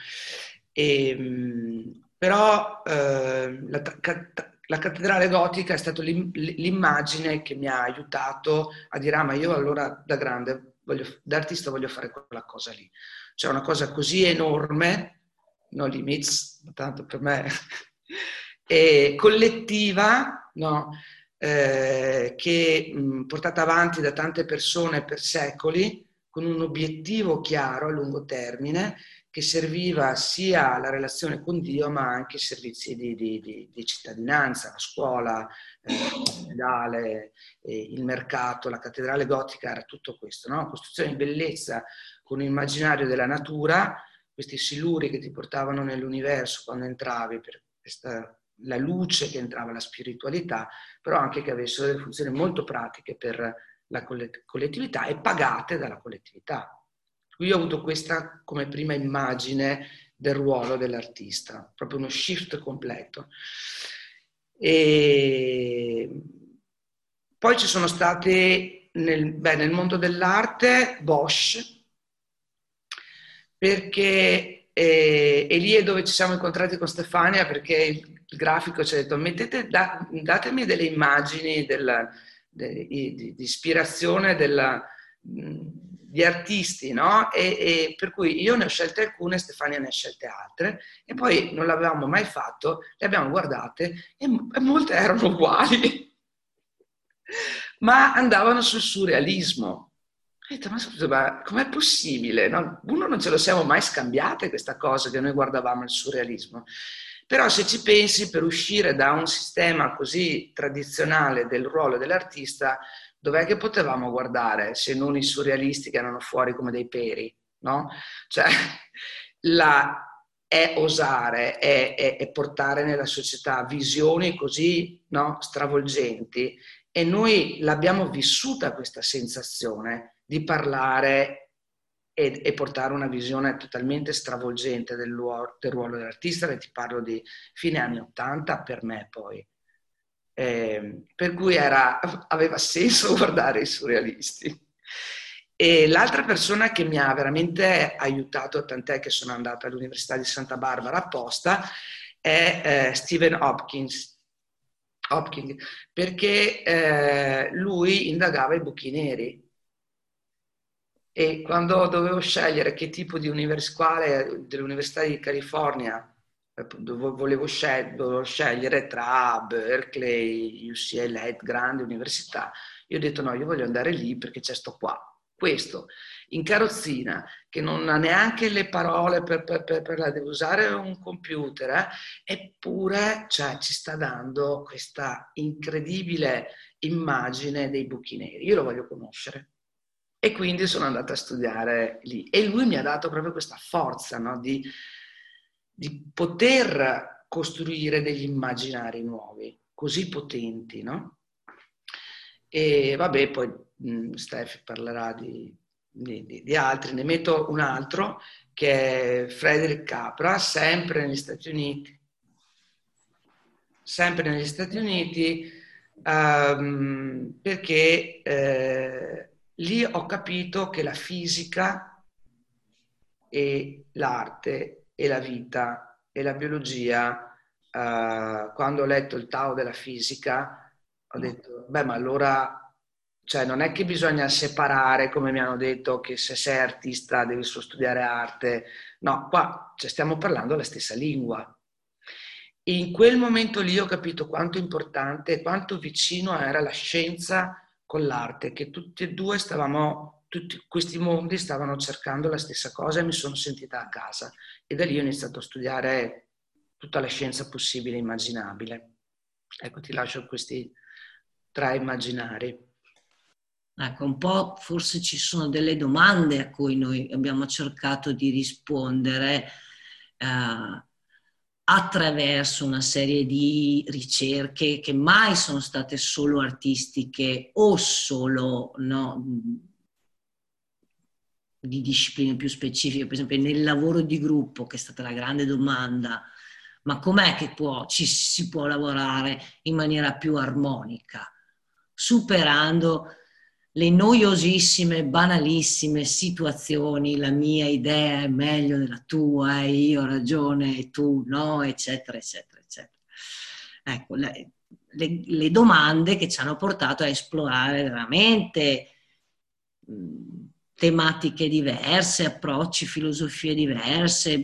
B: E, però eh, la, la cattedrale gotica è stata l'immagine che mi ha aiutato a dire ah ma io allora da grande, voglio, da artista voglio fare quella cosa lì. Cioè una cosa così enorme, no limits, tanto per me, e collettiva, no? Eh, che mh, portata avanti da tante persone per secoli, con un obiettivo chiaro a lungo termine, che serviva sia alla relazione con Dio, ma anche ai servizi di, di, di, di cittadinanza, la scuola, eh, l'ospedale, eh, il mercato, la cattedrale gotica era tutto questo, no? Costruzione di bellezza con un immaginario della natura, questi siluri che ti portavano nell'universo quando entravi, per questa, la luce che entrava, la spiritualità, però anche che avessero delle funzioni molto pratiche per la collettività e pagate dalla collettività. Io ho avuto questa come prima immagine del ruolo dell'artista, proprio uno shift completo. E poi ci sono state nel, beh, nel mondo dell'arte Bosch, perché eh, e lì è dove ci siamo incontrati con Stefania, perché il, il grafico ci ha detto mettete, da, datemi delle immagini della, de, di, di ispirazione della, di artisti, no? E, e per cui io ne ho scelte alcune, Stefania ne ha scelte altre, e poi non l'avevamo mai fatto, le abbiamo guardate e, e molte erano uguali, ma andavano sul surrealismo. Ho detto, ma scusa, ma com'è possibile? No? Uno non ce lo siamo mai scambiate questa cosa che noi guardavamo il surrealismo. Però se ci pensi, per uscire da un sistema così tradizionale del ruolo dell'artista, dov'è che potevamo guardare se non i surrealisti che erano fuori come dei peri, no? Cioè, la, è osare, è, è, è portare nella società visioni così, no, stravolgenti, e noi l'abbiamo vissuta questa sensazione di parlare e, e portare una visione totalmente stravolgente del, del ruolo dell'artista, che ti parlo di fine anni ottanta per me poi. Eh, per cui era, aveva senso guardare i surrealisti. E l'altra persona che mi ha veramente aiutato, tant'è che sono andata all'Università di Santa Barbara apposta, è eh, Stephen Hopkins, Hopkins perché eh, lui indagava i buchi neri. E quando dovevo scegliere che tipo di università, quale dell'Università di California volevo scegliere, dovevo scegliere tra Berkeley, U C L A, grandi università, io ho detto no, io voglio andare lì perché c'è sto qua. Questo, in carrozzina, che non ha neanche le parole per, per, per, per la, deve usare un computer, eh, eppure cioè, ci sta dando questa incredibile immagine dei buchi neri. Io lo voglio conoscere. E quindi sono andata a studiare lì. E lui mi ha dato proprio questa forza, no? di, di poter costruire degli immaginari nuovi, così potenti, no? E vabbè, poi mh, Steph parlerà di, di, di, di altri. Ne metto un altro, che è Frederick Capra, sempre negli Stati Uniti. Sempre negli Stati Uniti, um, perché... Eh, lì ho capito che la fisica e l'arte e la vita e la biologia, uh, quando ho letto il Tao della fisica, ho detto, beh, ma allora, cioè, non è che bisogna separare, come mi hanno detto, che se sei artista devi solo studiare arte. No, qua cioè, stiamo parlando la stessa lingua. E in quel momento lì ho capito quanto importante e quanto vicino era la scienza con l'arte, che tutti e due stavamo, tutti questi mondi stavano cercando la stessa cosa, e mi sono sentita a casa. E da lì ho iniziato a studiare tutta la scienza possibile e immaginabile. Ecco, ti lascio questi tra immaginari.
A: Ecco, un po' forse ci sono delle domande a cui noi abbiamo cercato di rispondere eh, attraverso una serie di ricerche che mai sono state solo artistiche o solo, no, di discipline più specifiche. Per esempio nel lavoro di gruppo, che è stata la grande domanda, ma com'è che può, ci si può lavorare in maniera più armonica, superando le noiosissime, banalissime situazioni, la mia idea è meglio della tua, e io ho ragione e tu no, eccetera, eccetera, eccetera. Ecco, le, le, le domande che ci hanno portato a esplorare veramente mh, tematiche diverse, approcci, filosofie diverse.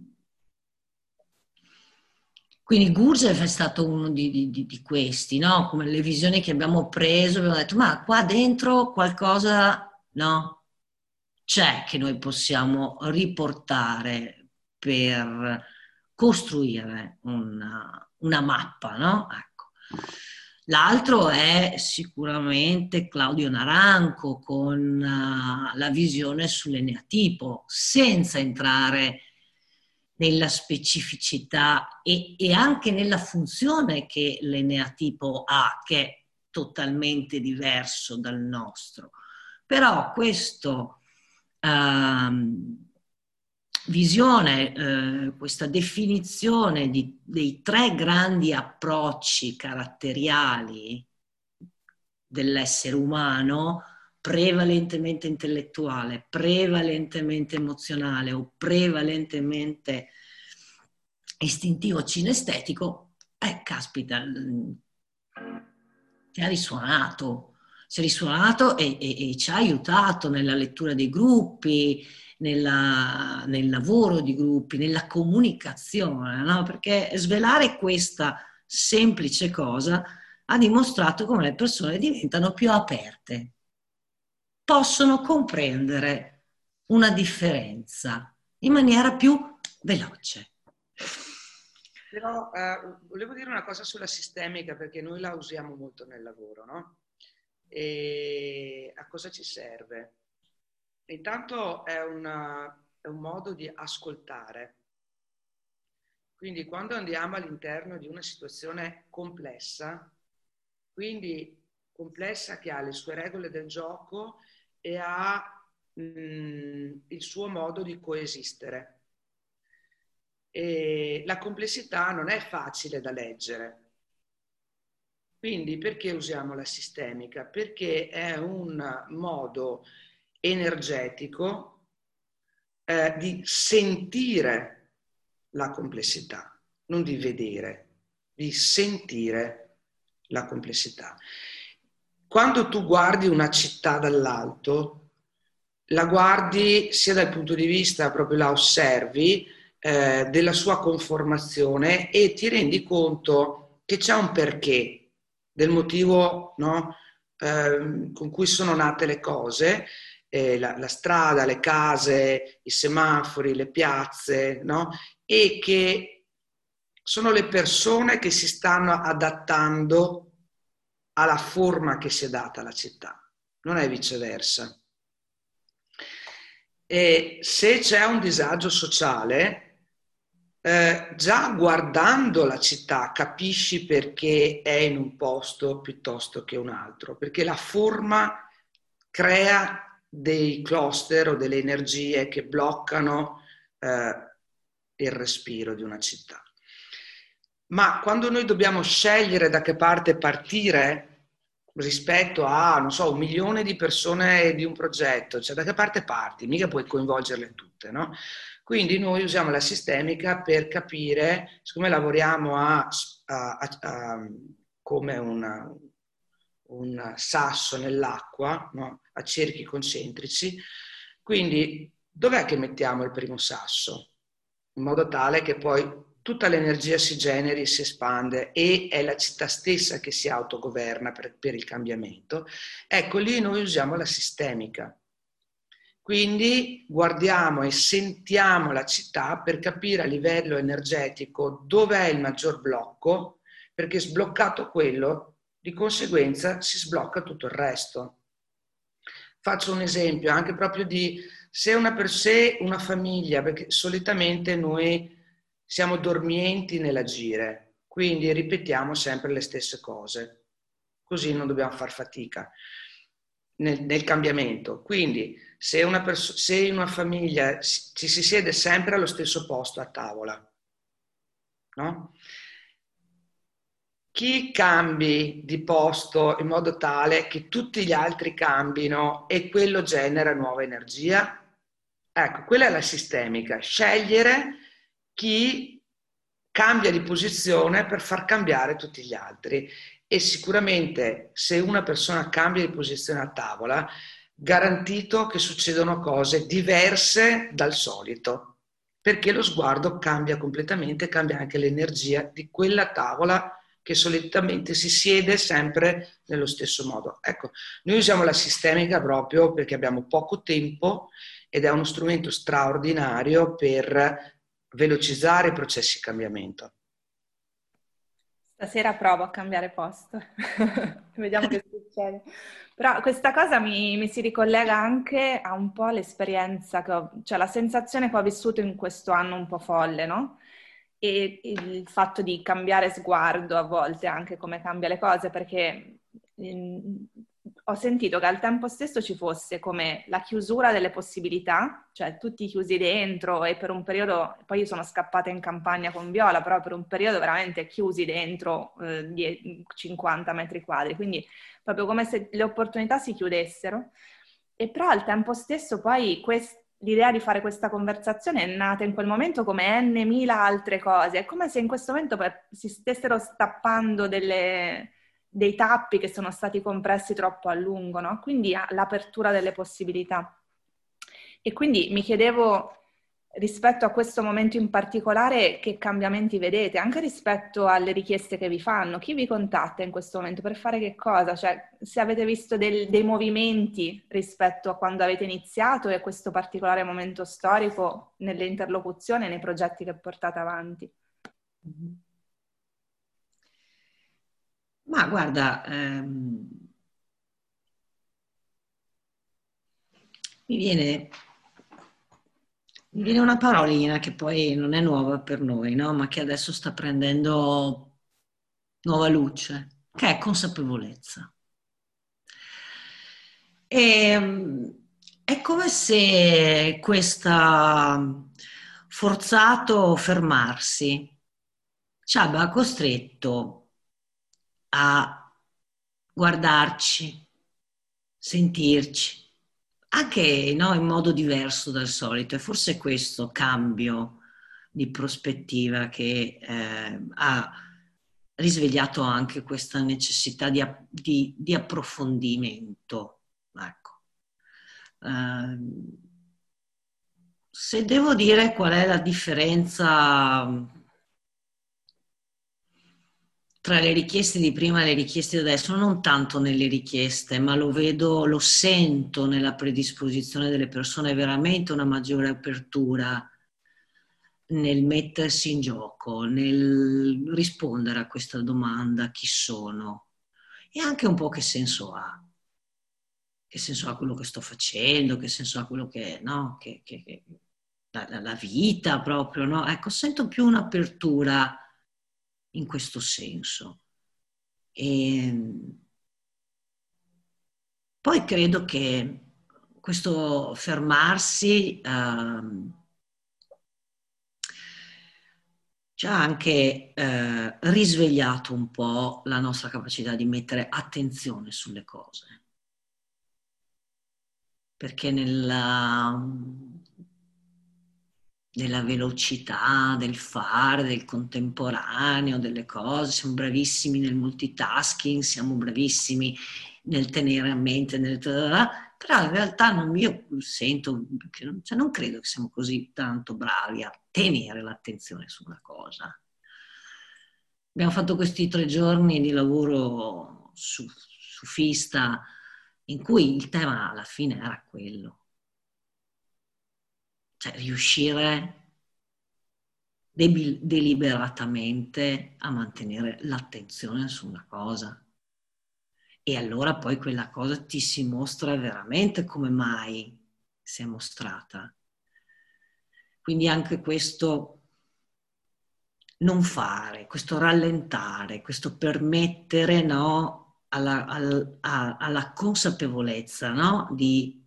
A: Quindi Gurdjieff è stato uno di, di, di questi, no? Come le visioni che abbiamo preso, abbiamo detto, ma qua dentro qualcosa, no? C'è che noi possiamo riportare per costruire una, una mappa, no? Ecco. L'altro è sicuramente Claudio Naranco con uh, la visione sull'eneatipo, senza entrare nella specificità e, e anche nella funzione che l'eneatipo ha, che è totalmente diverso dal nostro. Però questo uh, visione, eh, questa definizione di, dei tre grandi approcci caratteriali dell'essere umano, prevalentemente intellettuale, prevalentemente emozionale o prevalentemente istintivo cinestetico, eh, caspita, ti ha risuonato, ci ha risuonato e, e, e ci ha aiutato nella lettura dei gruppi, nella, nel lavoro di gruppi, nella comunicazione, no? Perché svelare questa semplice cosa ha dimostrato come le persone diventano più aperte, possono comprendere una differenza in maniera più veloce.
B: Però eh, volevo dire una cosa sulla sistemica, perché noi la usiamo molto nel lavoro, no? E a cosa ci serve? Intanto è, una, è un modo di ascoltare. Quindi quando andiamo all'interno di una situazione complessa, quindi complessa che ha le sue regole del gioco e ha mh, il suo modo di coesistere. E la complessità non è facile da leggere. Quindi perché usiamo la sistemica? Perché è un modo energetico eh, di sentire la complessità, non di vedere, di sentire la complessità. Quando tu guardi una città dall'alto, la guardi sia dal punto di vista, proprio la osservi, eh, della sua conformazione e ti rendi conto che c'è un perché, del motivo, no, eh, con cui sono nate le cose, eh, la, la strada, le case, i semafori, le piazze, no? E che sono le persone che si stanno adattando alla forma che si è data alla città, non è viceversa. E se c'è un disagio sociale, eh, già guardando la città capisci perché è in un posto piuttosto che un altro, perché la forma crea dei cluster o delle energie che bloccano eh, il respiro di una città. Ma quando noi dobbiamo scegliere da che parte partire rispetto a, non so, un milione di persone di un progetto, cioè da che parte parti? Mica puoi coinvolgerle tutte, no? Quindi noi usiamo la sistemica per capire, siccome lavoriamo a, a, a, a, come una, un sasso nell'acqua, no? A cerchi concentrici, quindi dov'è che mettiamo il primo sasso? In modo tale che poi tutta l'energia si generi, si espande e è la città stessa che si autogoverna per, per il cambiamento. Ecco, lì noi usiamo la sistemica. Quindi guardiamo e sentiamo la città per capire a livello energetico dove è il maggior blocco, perché sbloccato quello Di conseguenza si sblocca tutto il resto. Faccio un esempio anche proprio di se una, per sé, una famiglia, perché solitamente noi siamo dormienti nell'agire, quindi ripetiamo sempre le stesse cose, così non dobbiamo far fatica nel, nel cambiamento. Quindi se, una perso- se in una famiglia ci si siede sempre allo stesso posto a tavola, no? Chi cambi di posto in modo tale che tutti gli altri cambino e quello genera nuova energia? Ecco, quella è la sistemica. Scegliere chi cambia di posizione per far cambiare tutti gli altri. E sicuramente se una persona cambia di posizione a tavola, garantito che succedono cose diverse dal solito, perché lo sguardo cambia completamente, cambia anche l'energia di quella tavola che solitamente si siede sempre nello stesso modo. Ecco, noi usiamo la sistemica proprio perché abbiamo poco tempo ed è uno strumento straordinario per velocizzare i processi di cambiamento.
C: Stasera provo a cambiare posto, vediamo che succede. Però questa cosa mi, mi si ricollega anche a un po' l'esperienza che ho, cioè la sensazione che ho vissuto in questo anno un po' folle, no? E il fatto di cambiare sguardo a volte anche come cambia le cose, perché ehm, ho sentito che al tempo stesso ci fosse come la chiusura delle possibilità, cioè tutti chiusi dentro e per un periodo, poi io sono scappata in campagna con Viola, però per un periodo veramente chiusi dentro eh, cinquanta metri quadri, quindi proprio come se le opportunità si chiudessero. E però al tempo stesso poi quest- l'idea di fare questa conversazione è nata in quel momento come n mila altre cose, è come se in questo momento si stessero stappando delle dei tappi che sono stati compressi troppo a lungo, no? Quindi l'apertura delle possibilità. E quindi mi chiedevo, rispetto a questo momento in particolare, che cambiamenti vedete, anche rispetto alle richieste che vi fanno? Chi vi contatta in questo momento? Per fare che cosa? Cioè, se avete visto del, dei movimenti rispetto a quando avete iniziato e a questo particolare momento storico nelle interlocuzioni e nei progetti che portate avanti.
A: Mm-hmm. Ma guarda, ehm, mi viene, mi viene una parolina che poi non è nuova per noi, no? Ma che adesso sta prendendo nuova luce, che è consapevolezza. E, è come se questo forzato fermarsi ci abbia costretto a guardarci, sentirci, anche no, in modo diverso dal solito. E forse questo cambio di prospettiva che eh, ha risvegliato anche questa necessità di, di, di approfondimento. Ecco. Eh, se devo dire qual è la differenza tra le richieste di prima e le richieste di adesso, non tanto nelle richieste, ma lo vedo, lo sento nella predisposizione delle persone, veramente una maggiore apertura nel mettersi in gioco, nel rispondere a questa domanda, chi sono, e anche un po' che senso ha. Che senso ha quello che sto facendo, che senso ha quello che, no, che, che, che la, la vita proprio, no? Ecco, sento più un'apertura in questo senso. E poi credo che questo fermarsi eh, ci ha anche eh, risvegliato un po' la nostra capacità di mettere attenzione sulle cose. Perché nella, nella velocità del fare, del contemporaneo, delle cose, siamo bravissimi nel multitasking, siamo bravissimi nel tenere a mente, nel... però in realtà non, io sento, cioè non credo che siamo così tanto bravi a tenere l'attenzione su una cosa. Abbiamo fatto questi tre giorni di lavoro su, su Fista, in cui il tema alla fine era quello. Cioè riuscire deliberatamente a mantenere l'attenzione su una cosa. E allora poi quella cosa ti si mostra veramente come mai si è mostrata. Quindi anche questo non fare, questo rallentare, questo permettere, no, alla, al, a, alla consapevolezza, no, di,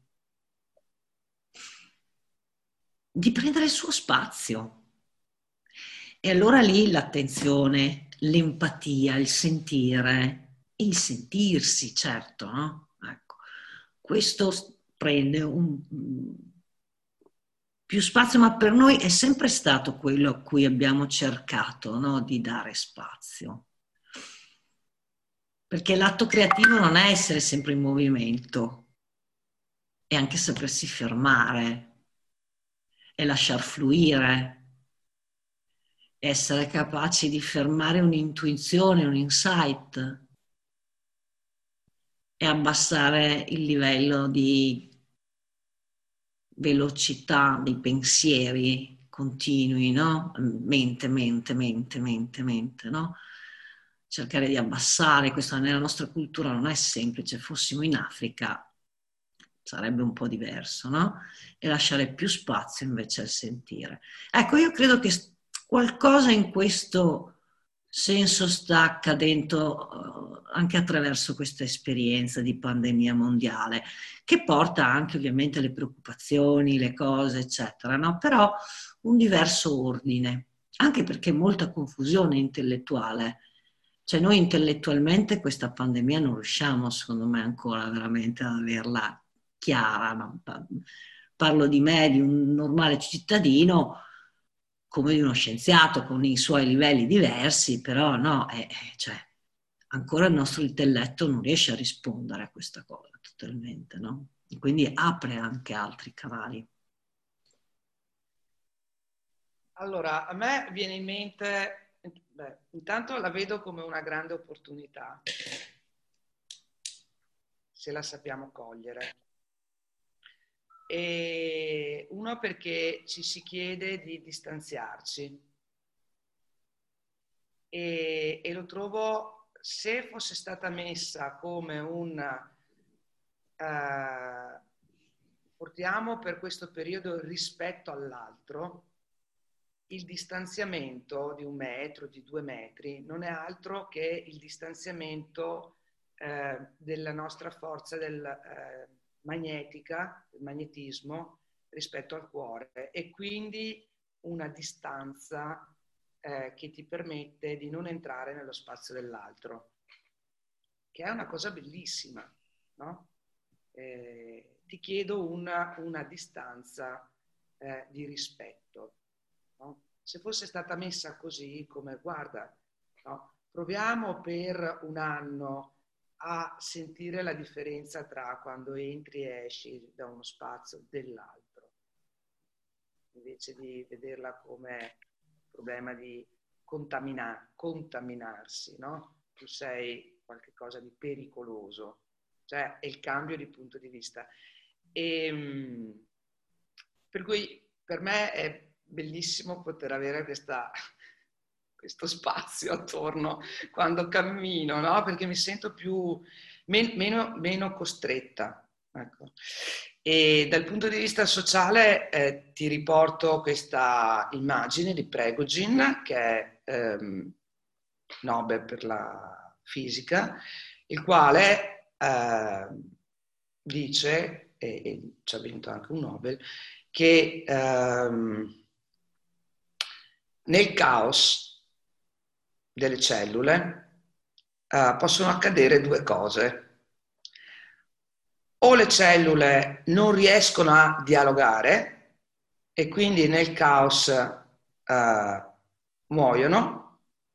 A: di prendere il suo spazio. E allora lì l'attenzione, l'empatia, il sentire, il sentirsi, certo, no? Ecco, questo prende un, più spazio, ma per noi è sempre stato quello a cui abbiamo cercato, no? Di dare spazio. Perché l'atto creativo non è essere sempre in movimento, è anche sapersi fermare, è lasciar fluire, essere capaci di fermare un'intuizione, un insight e abbassare il livello di velocità dei pensieri continui, no? Mente, mente, mente, mente, mente, no? Cercare di abbassare, questo nella nostra cultura non è semplice, fossimo in Africa sarebbe un po' diverso, no? E lasciare più spazio invece al sentire. Ecco, io credo che qualcosa in questo senso sta accadendo anche attraverso questa esperienza di pandemia mondiale, che porta anche ovviamente le preoccupazioni, le cose, eccetera, no? Però un diverso ordine, anche perché molta confusione intellettuale. Cioè noi intellettualmente questa pandemia non riusciamo, secondo me, ancora veramente ad averla chiara. No? Parlo di me, di un normale cittadino, come di uno scienziato con i suoi livelli diversi, però no, è, cioè, ancora il nostro intelletto non riesce a rispondere a questa cosa totalmente, no? E quindi apre anche altri canali.
B: Allora, a me viene in mente, beh, intanto la vedo come una grande opportunità, se la sappiamo cogliere. E uno perché ci si chiede di distanziarci e, e lo trovo, se fosse stata messa come un uh, portiamo per questo periodo rispetto all'altro, il distanziamento di un metro, di due metri, non è altro che il distanziamento eh, della nostra forza del, eh, magnetica, del magnetismo rispetto al cuore, e quindi una distanza eh, che ti permette di non entrare nello spazio dell'altro, che è una cosa bellissima, no? Eh, ti chiedo una, una distanza eh, di rispetto. No? Se fosse stata messa così, come guarda, no? Proviamo per un anno a sentire la differenza tra quando entri e esci da uno spazio dell'altro, invece di vederla come problema di contamina- contaminarsi, no? Tu sei qualcosa di pericoloso, cioè è il cambio di punto di vista. E, per cui per me è bellissimo poter avere questa, questo spazio attorno quando cammino, no? Perché mi sento più, men, meno, meno costretta. Ecco. E dal punto di vista sociale eh, ti riporto questa immagine di Prigogine, che è ehm, Nobel per la fisica, il quale eh, dice, e, e ci ha vinto anche un Nobel, che ehm, nel caos delle cellule eh, possono accadere due cose. O le cellule non riescono a dialogare e quindi nel caos eh, muoiono,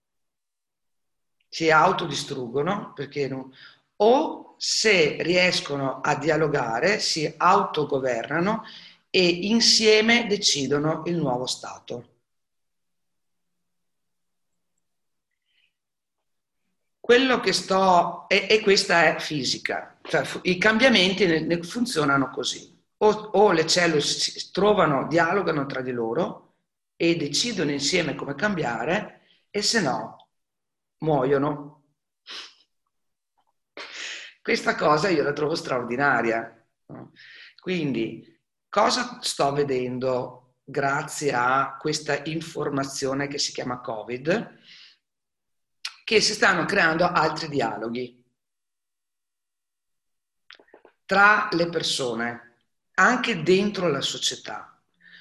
B: si autodistruggono, perché non... o se riescono a dialogare si autogovernano e insieme decidono il nuovo stato. Quello che sto, e, e questa è fisica, cioè i cambiamenti ne, ne funzionano così, o, o le cellule si trovano, dialogano tra di loro e decidono insieme come cambiare, e se no muoiono. Questa cosa io la trovo straordinaria, no? Quindi, cosa sto vedendo grazie a questa informazione che si chiama Covid? Che si stanno creando altri dialoghi tra le persone, anche dentro la società.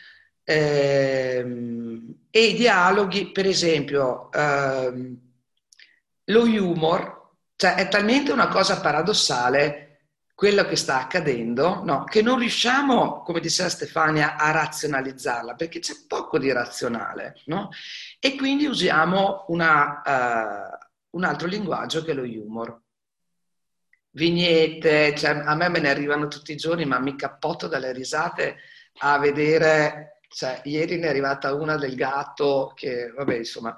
B: Ehm, e i dialoghi, per esempio, ehm, lo humor, cioè è talmente una cosa paradossale quello che sta accadendo, no, che non riusciamo, come diceva Stefania, a razionalizzarla, perché c'è poco di razionale, no? E quindi usiamo una, uh, un altro linguaggio che è lo humor. Vignette, cioè, a me me ne arrivano tutti i giorni, ma mi cappotto dalle risate a vedere, cioè, ieri ne è arrivata una del gatto che, vabbè, insomma,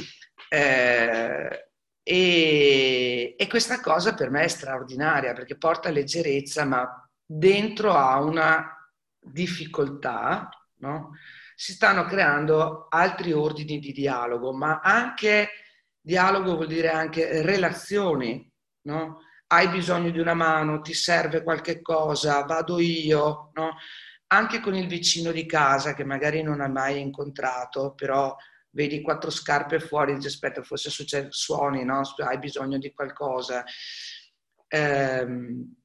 B: eh, e, e questa cosa per me è straordinaria perché porta leggerezza, ma dentro ha una difficoltà, no? Si stanno creando altri ordini di dialogo, ma anche dialogo vuol dire anche relazioni, no? Hai bisogno di una mano, ti serve qualche cosa, vado io, no? Anche con il vicino di casa che magari non hai mai incontrato, però vedi quattro scarpe fuori, dici aspetta, forse succede, suoni, no? Hai bisogno di qualcosa. Ehm,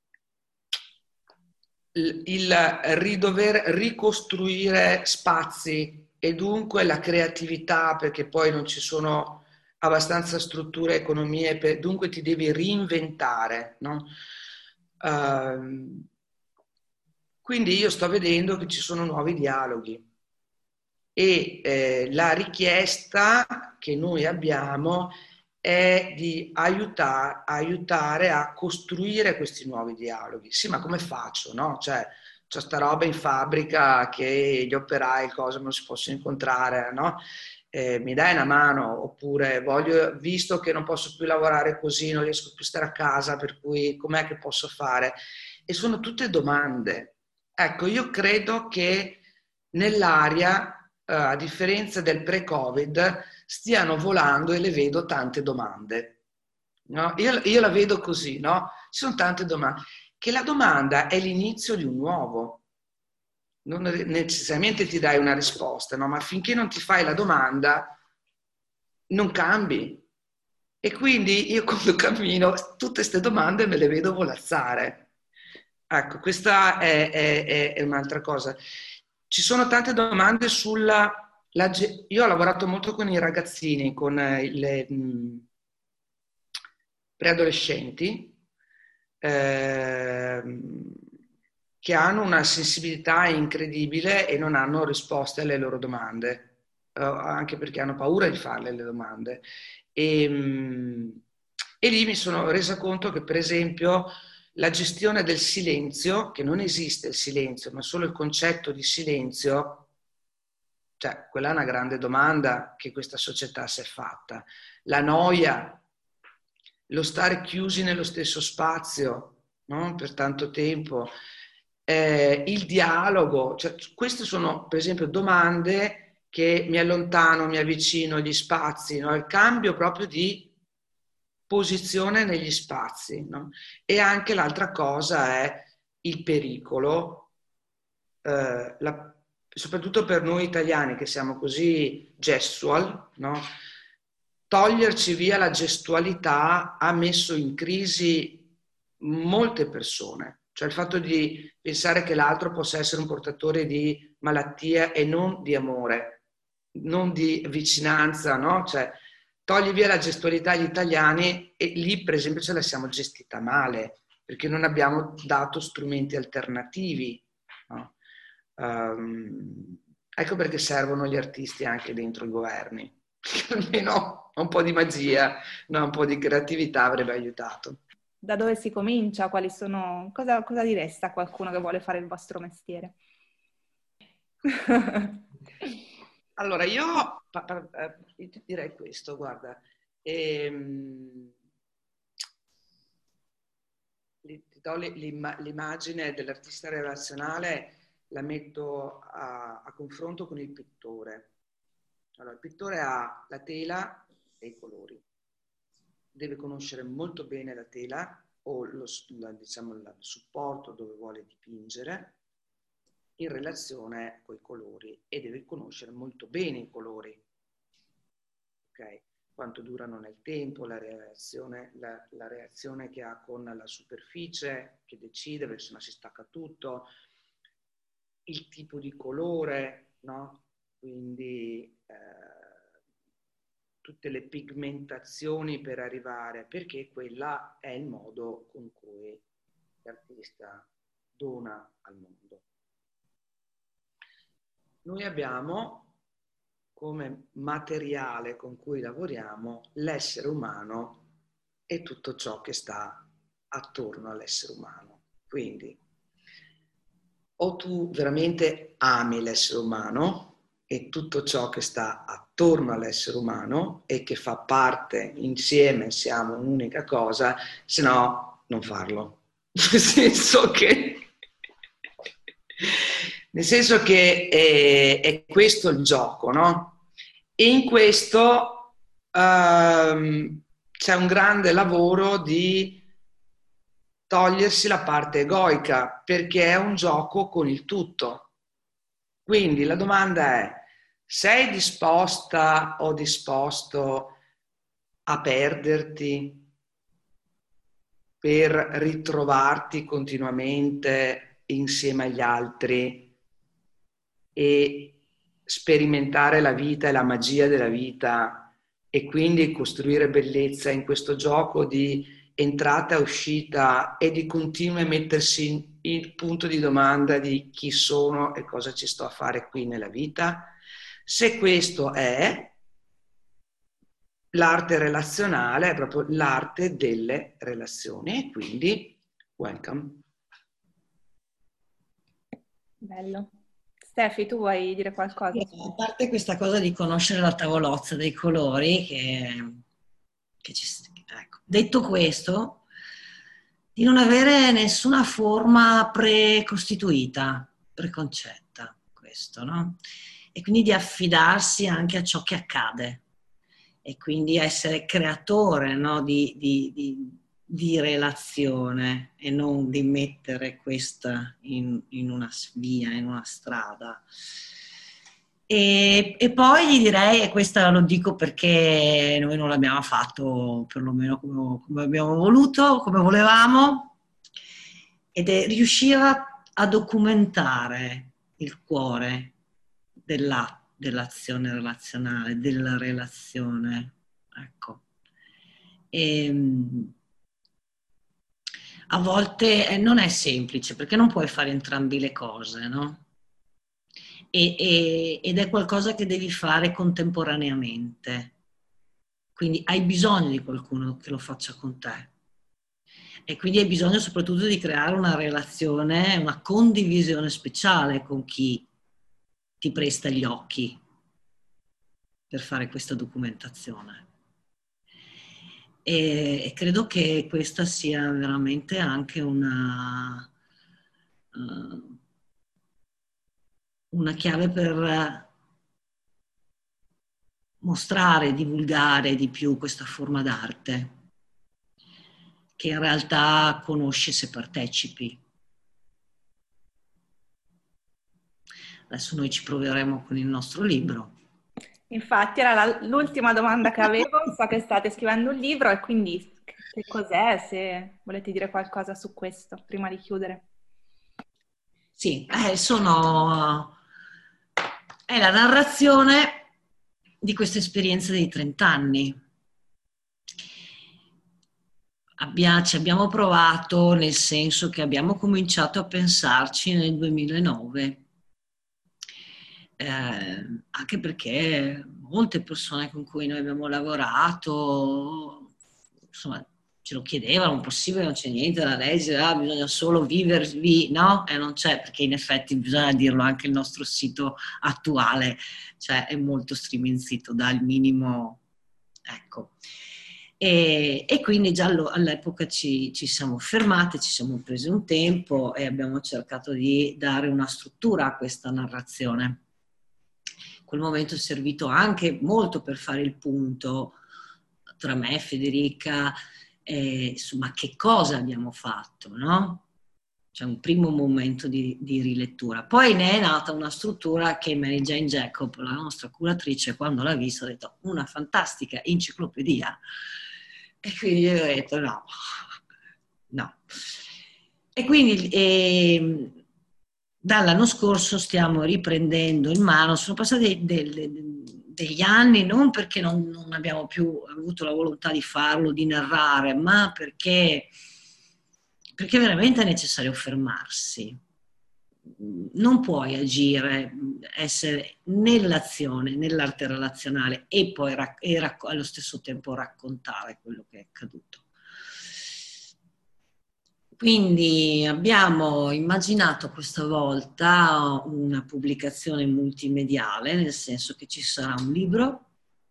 B: il ridover ricostruire spazi e dunque la creatività, perché poi non ci sono abbastanza strutture e economie, per, dunque ti devi reinventare, no? Uh, quindi io sto vedendo che ci sono nuovi dialoghi e eh, la richiesta che noi abbiamo è di aiutare, aiutare a costruire questi nuovi dialoghi. Sì, ma come faccio, no? Cioè, c'è sta roba in fabbrica che gli operai, cose non si possono incontrare, no? Eh, mi dai una mano? Oppure voglio, visto che non posso più lavorare così, non riesco più a stare a casa, per cui com'è che posso fare? E sono tutte domande. Ecco, io credo che nell'aria, eh, a differenza del pre-Covid, stiano volando e le vedo tante domande. No? Io, io la vedo così, no? Ci sono tante domande. Che la domanda è l'inizio di un nuovo. Non necessariamente ti dai una risposta, no? Ma finché non ti fai la domanda, non cambi. E quindi io quando cammino, tutte queste domande me le vedo volazzare. Ecco, questa è, è, è un'altra cosa. Ci sono tante domande sulla... La, io ho lavorato molto con i ragazzini, con le mh, preadolescenti, eh, che hanno una sensibilità incredibile e non hanno risposte alle loro domande, eh, anche perché hanno paura di farle le domande. E, mh, e lì mi sono resa conto che, per esempio, la gestione del silenzio, che non esiste il silenzio, ma solo il concetto di silenzio, cioè quella è una grande domanda che questa società si è fatta. La noia, lo stare chiusi nello stesso spazio, no? Per tanto tempo, eh, il dialogo, cioè, queste sono per esempio domande che mi allontano, mi avvicino agli spazi, no? Il cambio proprio di posizione negli spazi, no? E anche l'altra cosa è il pericolo, eh, la, soprattutto per noi italiani che siamo così gestual, no? Toglierci via la gestualità ha messo in crisi molte persone, cioè il fatto di pensare che l'altro possa essere un portatore di malattia e non di amore, non di vicinanza, no? Cioè, togli via la gestualità agli italiani e lì per esempio ce la siamo gestita male perché non abbiamo dato strumenti alternativi, no? Um, ecco perché servono gli artisti anche dentro i governi, almeno un po' di magia, no? Un po' di creatività avrebbe aiutato.
C: Da dove si comincia? Quali sono... Cosa, cosa direste a qualcuno che vuole fare il vostro mestiere?
B: Allora, io pa, pa, eh, ti direi questo, guarda, ehm, ti do l'immagine dell'artista relazionale, la metto a, a confronto con il pittore. Allora, il pittore ha la tela e i colori, deve conoscere molto bene la tela, o lo, la, diciamo, il supporto dove vuole dipingere in relazione con i colori, e deve conoscere molto bene i colori, ok? Quanto durano nel tempo, la reazione, la, la reazione che ha con la superficie, che decide, perché sennò si stacca tutto, il tipo di colore, no? Quindi eh, tutte le pigmentazioni per arrivare, perché quella è il modo con cui l'artista dona al mondo. Noi abbiamo come materiale con cui lavoriamo l'essere umano e tutto ciò che sta attorno all'essere umano. Quindi o tu veramente ami l'essere umano e tutto ciò che sta attorno all'essere umano e che fa parte, insieme siamo un'unica cosa, se no non farlo. Nel senso che nel senso che è, è questo il gioco, no? E in questo um, c'è un grande lavoro di togliersi la parte egoica, perché è un gioco con il tutto. Quindi la domanda è: sei disposta o disposto a perderti per ritrovarti continuamente insieme agli altri e sperimentare la vita e la magia della vita, e quindi costruire bellezza in questo gioco di entrata e uscita e di continuo mettersi il punto di domanda di chi sono e cosa ci sto a fare qui nella vita? Se questo è l'arte relazionale, è proprio l'arte delle relazioni, e quindi welcome.
C: Bello. Stefi, tu vuoi dire qualcosa?
A: A parte questa cosa di conoscere la tavolozza dei colori, che, che ci, ecco. Detto questo, di non avere nessuna forma precostituita, preconcetta, questo, no? E quindi di affidarsi anche a ciò che accade, e quindi essere creatore, no? di, di, di, di relazione, e non di mettere questa in, in una via, in una strada. E, e poi gli direi, e questa lo dico perché noi non l'abbiamo fatto perlomeno come, come abbiamo voluto, come volevamo, ed è riuscire a, a documentare il cuore della, dell'azione relazionale, della relazione. Ecco. E, a volte non è semplice, perché non puoi fare entrambe le cose, no? E, e, ed è qualcosa che devi fare contemporaneamente. Quindi hai bisogno di qualcuno che lo faccia con te. E quindi hai bisogno soprattutto di creare una relazione, una condivisione speciale con chi ti presta gli occhi per fare questa documentazione. E, e credo che questa sia veramente anche una, uh, una chiave per mostrare, divulgare di più questa forma d'arte, che in realtà conosci se partecipi. Adesso noi ci proveremo con il nostro libro.
C: Infatti era la, l'ultima domanda che avevo, so che state scrivendo un libro e quindi che cos'è, se volete dire qualcosa su questo prima di chiudere.
A: Sì, eh, sono, è la narrazione di questa esperienza dei trent'anni. Abbia, ci abbiamo provato, nel senso che abbiamo cominciato a pensarci nel duemilanove, eh, anche perché molte persone con cui noi abbiamo lavorato, insomma, ce lo chiedevano: possibile, non c'è niente da leggere, ah, bisogna solo vivervi, no? E non c'è, perché in effetti bisogna dirlo, anche il nostro sito attuale, cioè è molto striminzito dal minimo, ecco. E, e quindi già all'epoca ci, ci siamo fermate, ci siamo presi un tempo e abbiamo cercato di dare una struttura a questa narrazione. In quel momento è servito anche molto per fare il punto tra me, Federica eh, ma che cosa abbiamo fatto, no? C'è un primo momento di, di rilettura. Poi ne è nata una struttura che Mary Jane Jacob, la nostra curatrice, quando l'ha vista ha detto una fantastica enciclopedia. E quindi io ho detto no, no. E quindi eh, dall'anno scorso stiamo riprendendo in mano, sono passati delle, degli anni, non perché non, non abbiamo più avuto la volontà di farlo, di narrare, ma perché, perché veramente è necessario fermarsi. Non puoi agire, essere nell'azione, nell'arte relazionale e poi rac- e rac- allo stesso tempo raccontare quello che è accaduto. Quindi abbiamo immaginato questa volta una pubblicazione multimediale, nel senso che ci sarà un libro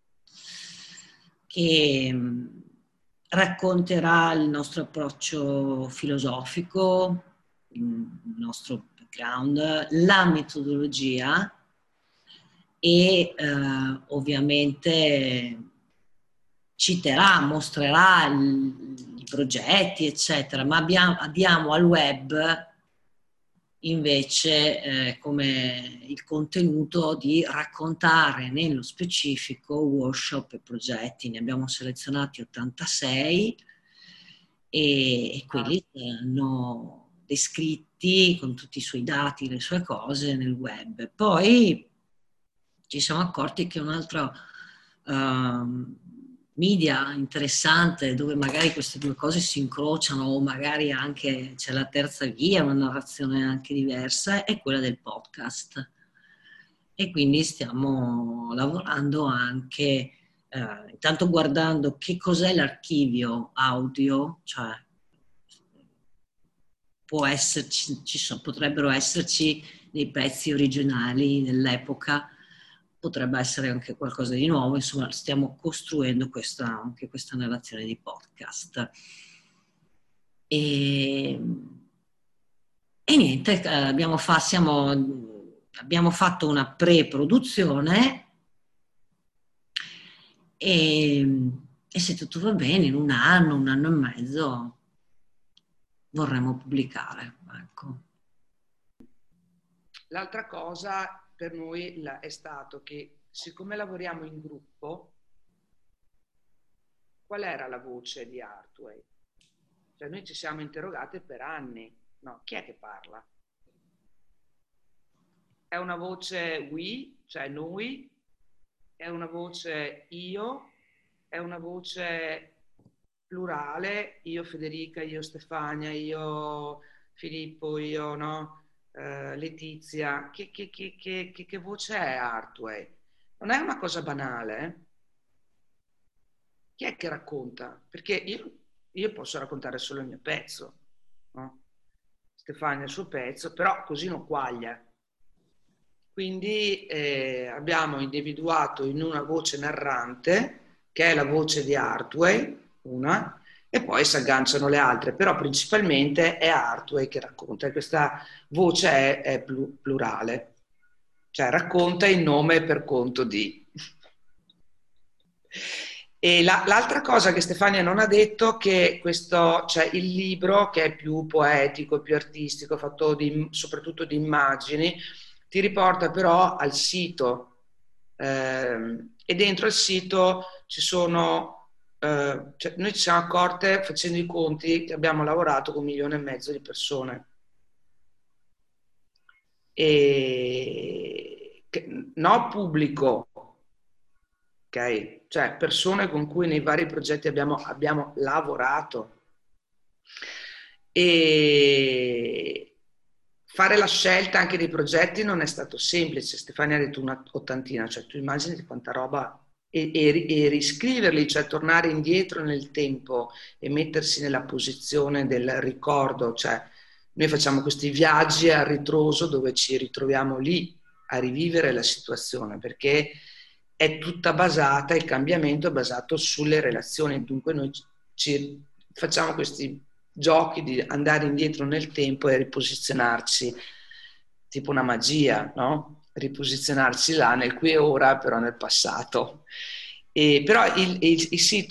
A: che racconterà il nostro approccio filosofico, il nostro background, la metodologia e eh, ovviamente citerà, mostrerà il, i progetti, eccetera, ma abbiamo, abbiamo al web invece eh, come il contenuto di raccontare nello specifico workshop e progetti. Ne abbiamo selezionati ottantasei e, e quelli saranno descritti con tutti i suoi dati, le sue cose nel web. Poi ci siamo accorti che un altro uh, media interessante dove magari queste due cose si incrociano o magari anche c'è la terza via, una narrazione anche diversa, è quella del podcast. E quindi stiamo lavorando anche, eh, intanto guardando che cos'è l'archivio audio, cioè può esserci, ci so, potrebbero esserci dei pezzi originali dell'epoca, potrebbe essere anche qualcosa di nuovo, insomma stiamo costruendo questa, anche questa narrazione di podcast. E, e niente, abbiamo, fa, siamo, abbiamo fatto una pre-produzione e, e se tutto va bene in un anno, un anno e mezzo vorremmo pubblicare. Ecco.
B: L'altra cosa per noi è stato che, siccome lavoriamo in gruppo, qual era la voce di Artway? Cioè noi ci siamo interrogate per anni, no, chi è che parla? È una voce we, cioè noi, è una voce io, è una voce plurale, io Federica, io Stefania, io Filippo, io no, uh, Letizia, che, che, che, che, che voce è Artway? Non è una cosa banale, eh? Chi è che racconta? Perché io, io posso raccontare solo il mio pezzo, no? Stefania il suo pezzo, però così non quaglia. Quindi eh, abbiamo individuato in una voce narrante, che è la voce di Artway, una, e poi si agganciano le altre, però principalmente è Artway che racconta, e questa voce è, è plurale, cioè racconta in nome e per conto di. E la, l'altra cosa che Stefania non ha detto, che questo, cioè il libro, che è più poetico, più artistico, fatto di, soprattutto di immagini, ti riporta però al sito, eh, e dentro il sito ci sono, eh, cioè noi ci siamo accorte facendo i conti che abbiamo lavorato con un milione e mezzo di persone. E che, no pubblico, ok? Cioè persone con cui nei vari progetti abbiamo, abbiamo lavorato. E fare la scelta anche dei progetti non è stato semplice. Stefania ha detto una ottantina, cioè tu immagini quanta roba, e, e, e riscriverli, cioè tornare indietro nel tempo e mettersi nella posizione del ricordo, cioè noi facciamo questi viaggi a ritroso dove ci ritroviamo lì a rivivere la situazione, perché è tutta basata, il cambiamento è basato sulle relazioni, dunque noi ci facciamo questi giochi di andare indietro nel tempo e riposizionarci, tipo una magia, no? Riposizionarci là nel qui e ora, però nel passato. E, però il, il, il sito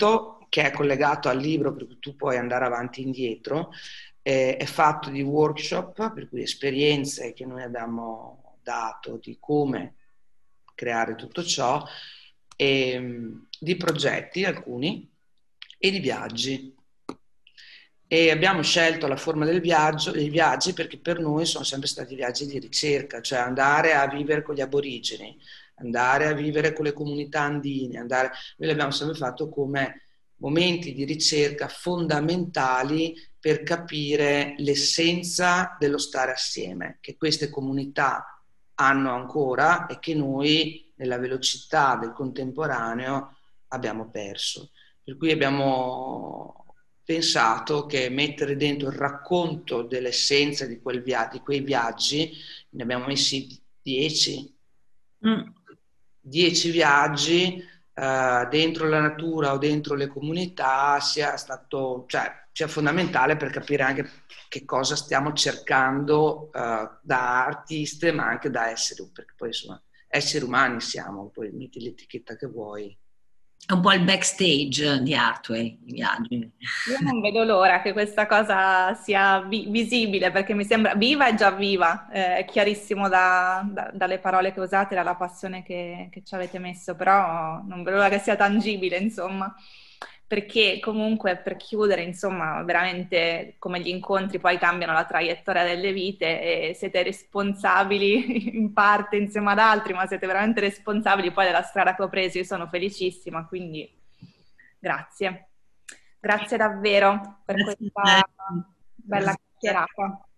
B: che è collegato al libro, per cui tu puoi andare avanti e indietro, eh, è fatto di workshop, per cui esperienze che noi abbiamo dato di come creare tutto ciò, e, di progetti alcuni e di viaggi. E abbiamo scelto la forma del viaggio, dei viaggi, perché per noi sono sempre stati viaggi di ricerca, cioè andare a vivere con gli aborigeni, andare a vivere con le comunità andine, andare, noi l'abbiamo sempre fatto come momenti di ricerca fondamentali per capire l'essenza dello stare assieme, che queste comunità hanno ancora e che noi nella velocità del contemporaneo abbiamo perso. Per cui abbiamo pensato che mettere dentro il racconto dell'essenza di, quel via- di quei viaggi, ne abbiamo messi dieci, mm. dieci viaggi uh, dentro la natura o dentro le comunità, sia stato, cioè, sia fondamentale per capire anche che cosa stiamo cercando uh, da artiste, ma anche da esseri, perché poi insomma esseri umani siamo, poi metti l'etichetta che vuoi.
A: È un po' il backstage di Artway, i viaggi.
C: Io non vedo l'ora che questa cosa sia vi- visibile, perché mi sembra viva e già viva, eh, è chiarissimo da, da, dalle parole che usate, dalla passione che, che ci avete messo, però non vedo l'ora che sia tangibile, insomma, perché comunque per chiudere, insomma, veramente come gli incontri poi cambiano la traiettoria delle vite e siete responsabili in parte insieme ad altri, ma siete veramente responsabili poi della strada che ho preso, io sono felicissima, quindi grazie. Grazie davvero per
A: Grazie
C: questa
A: a te.
C: bella chiacchierata.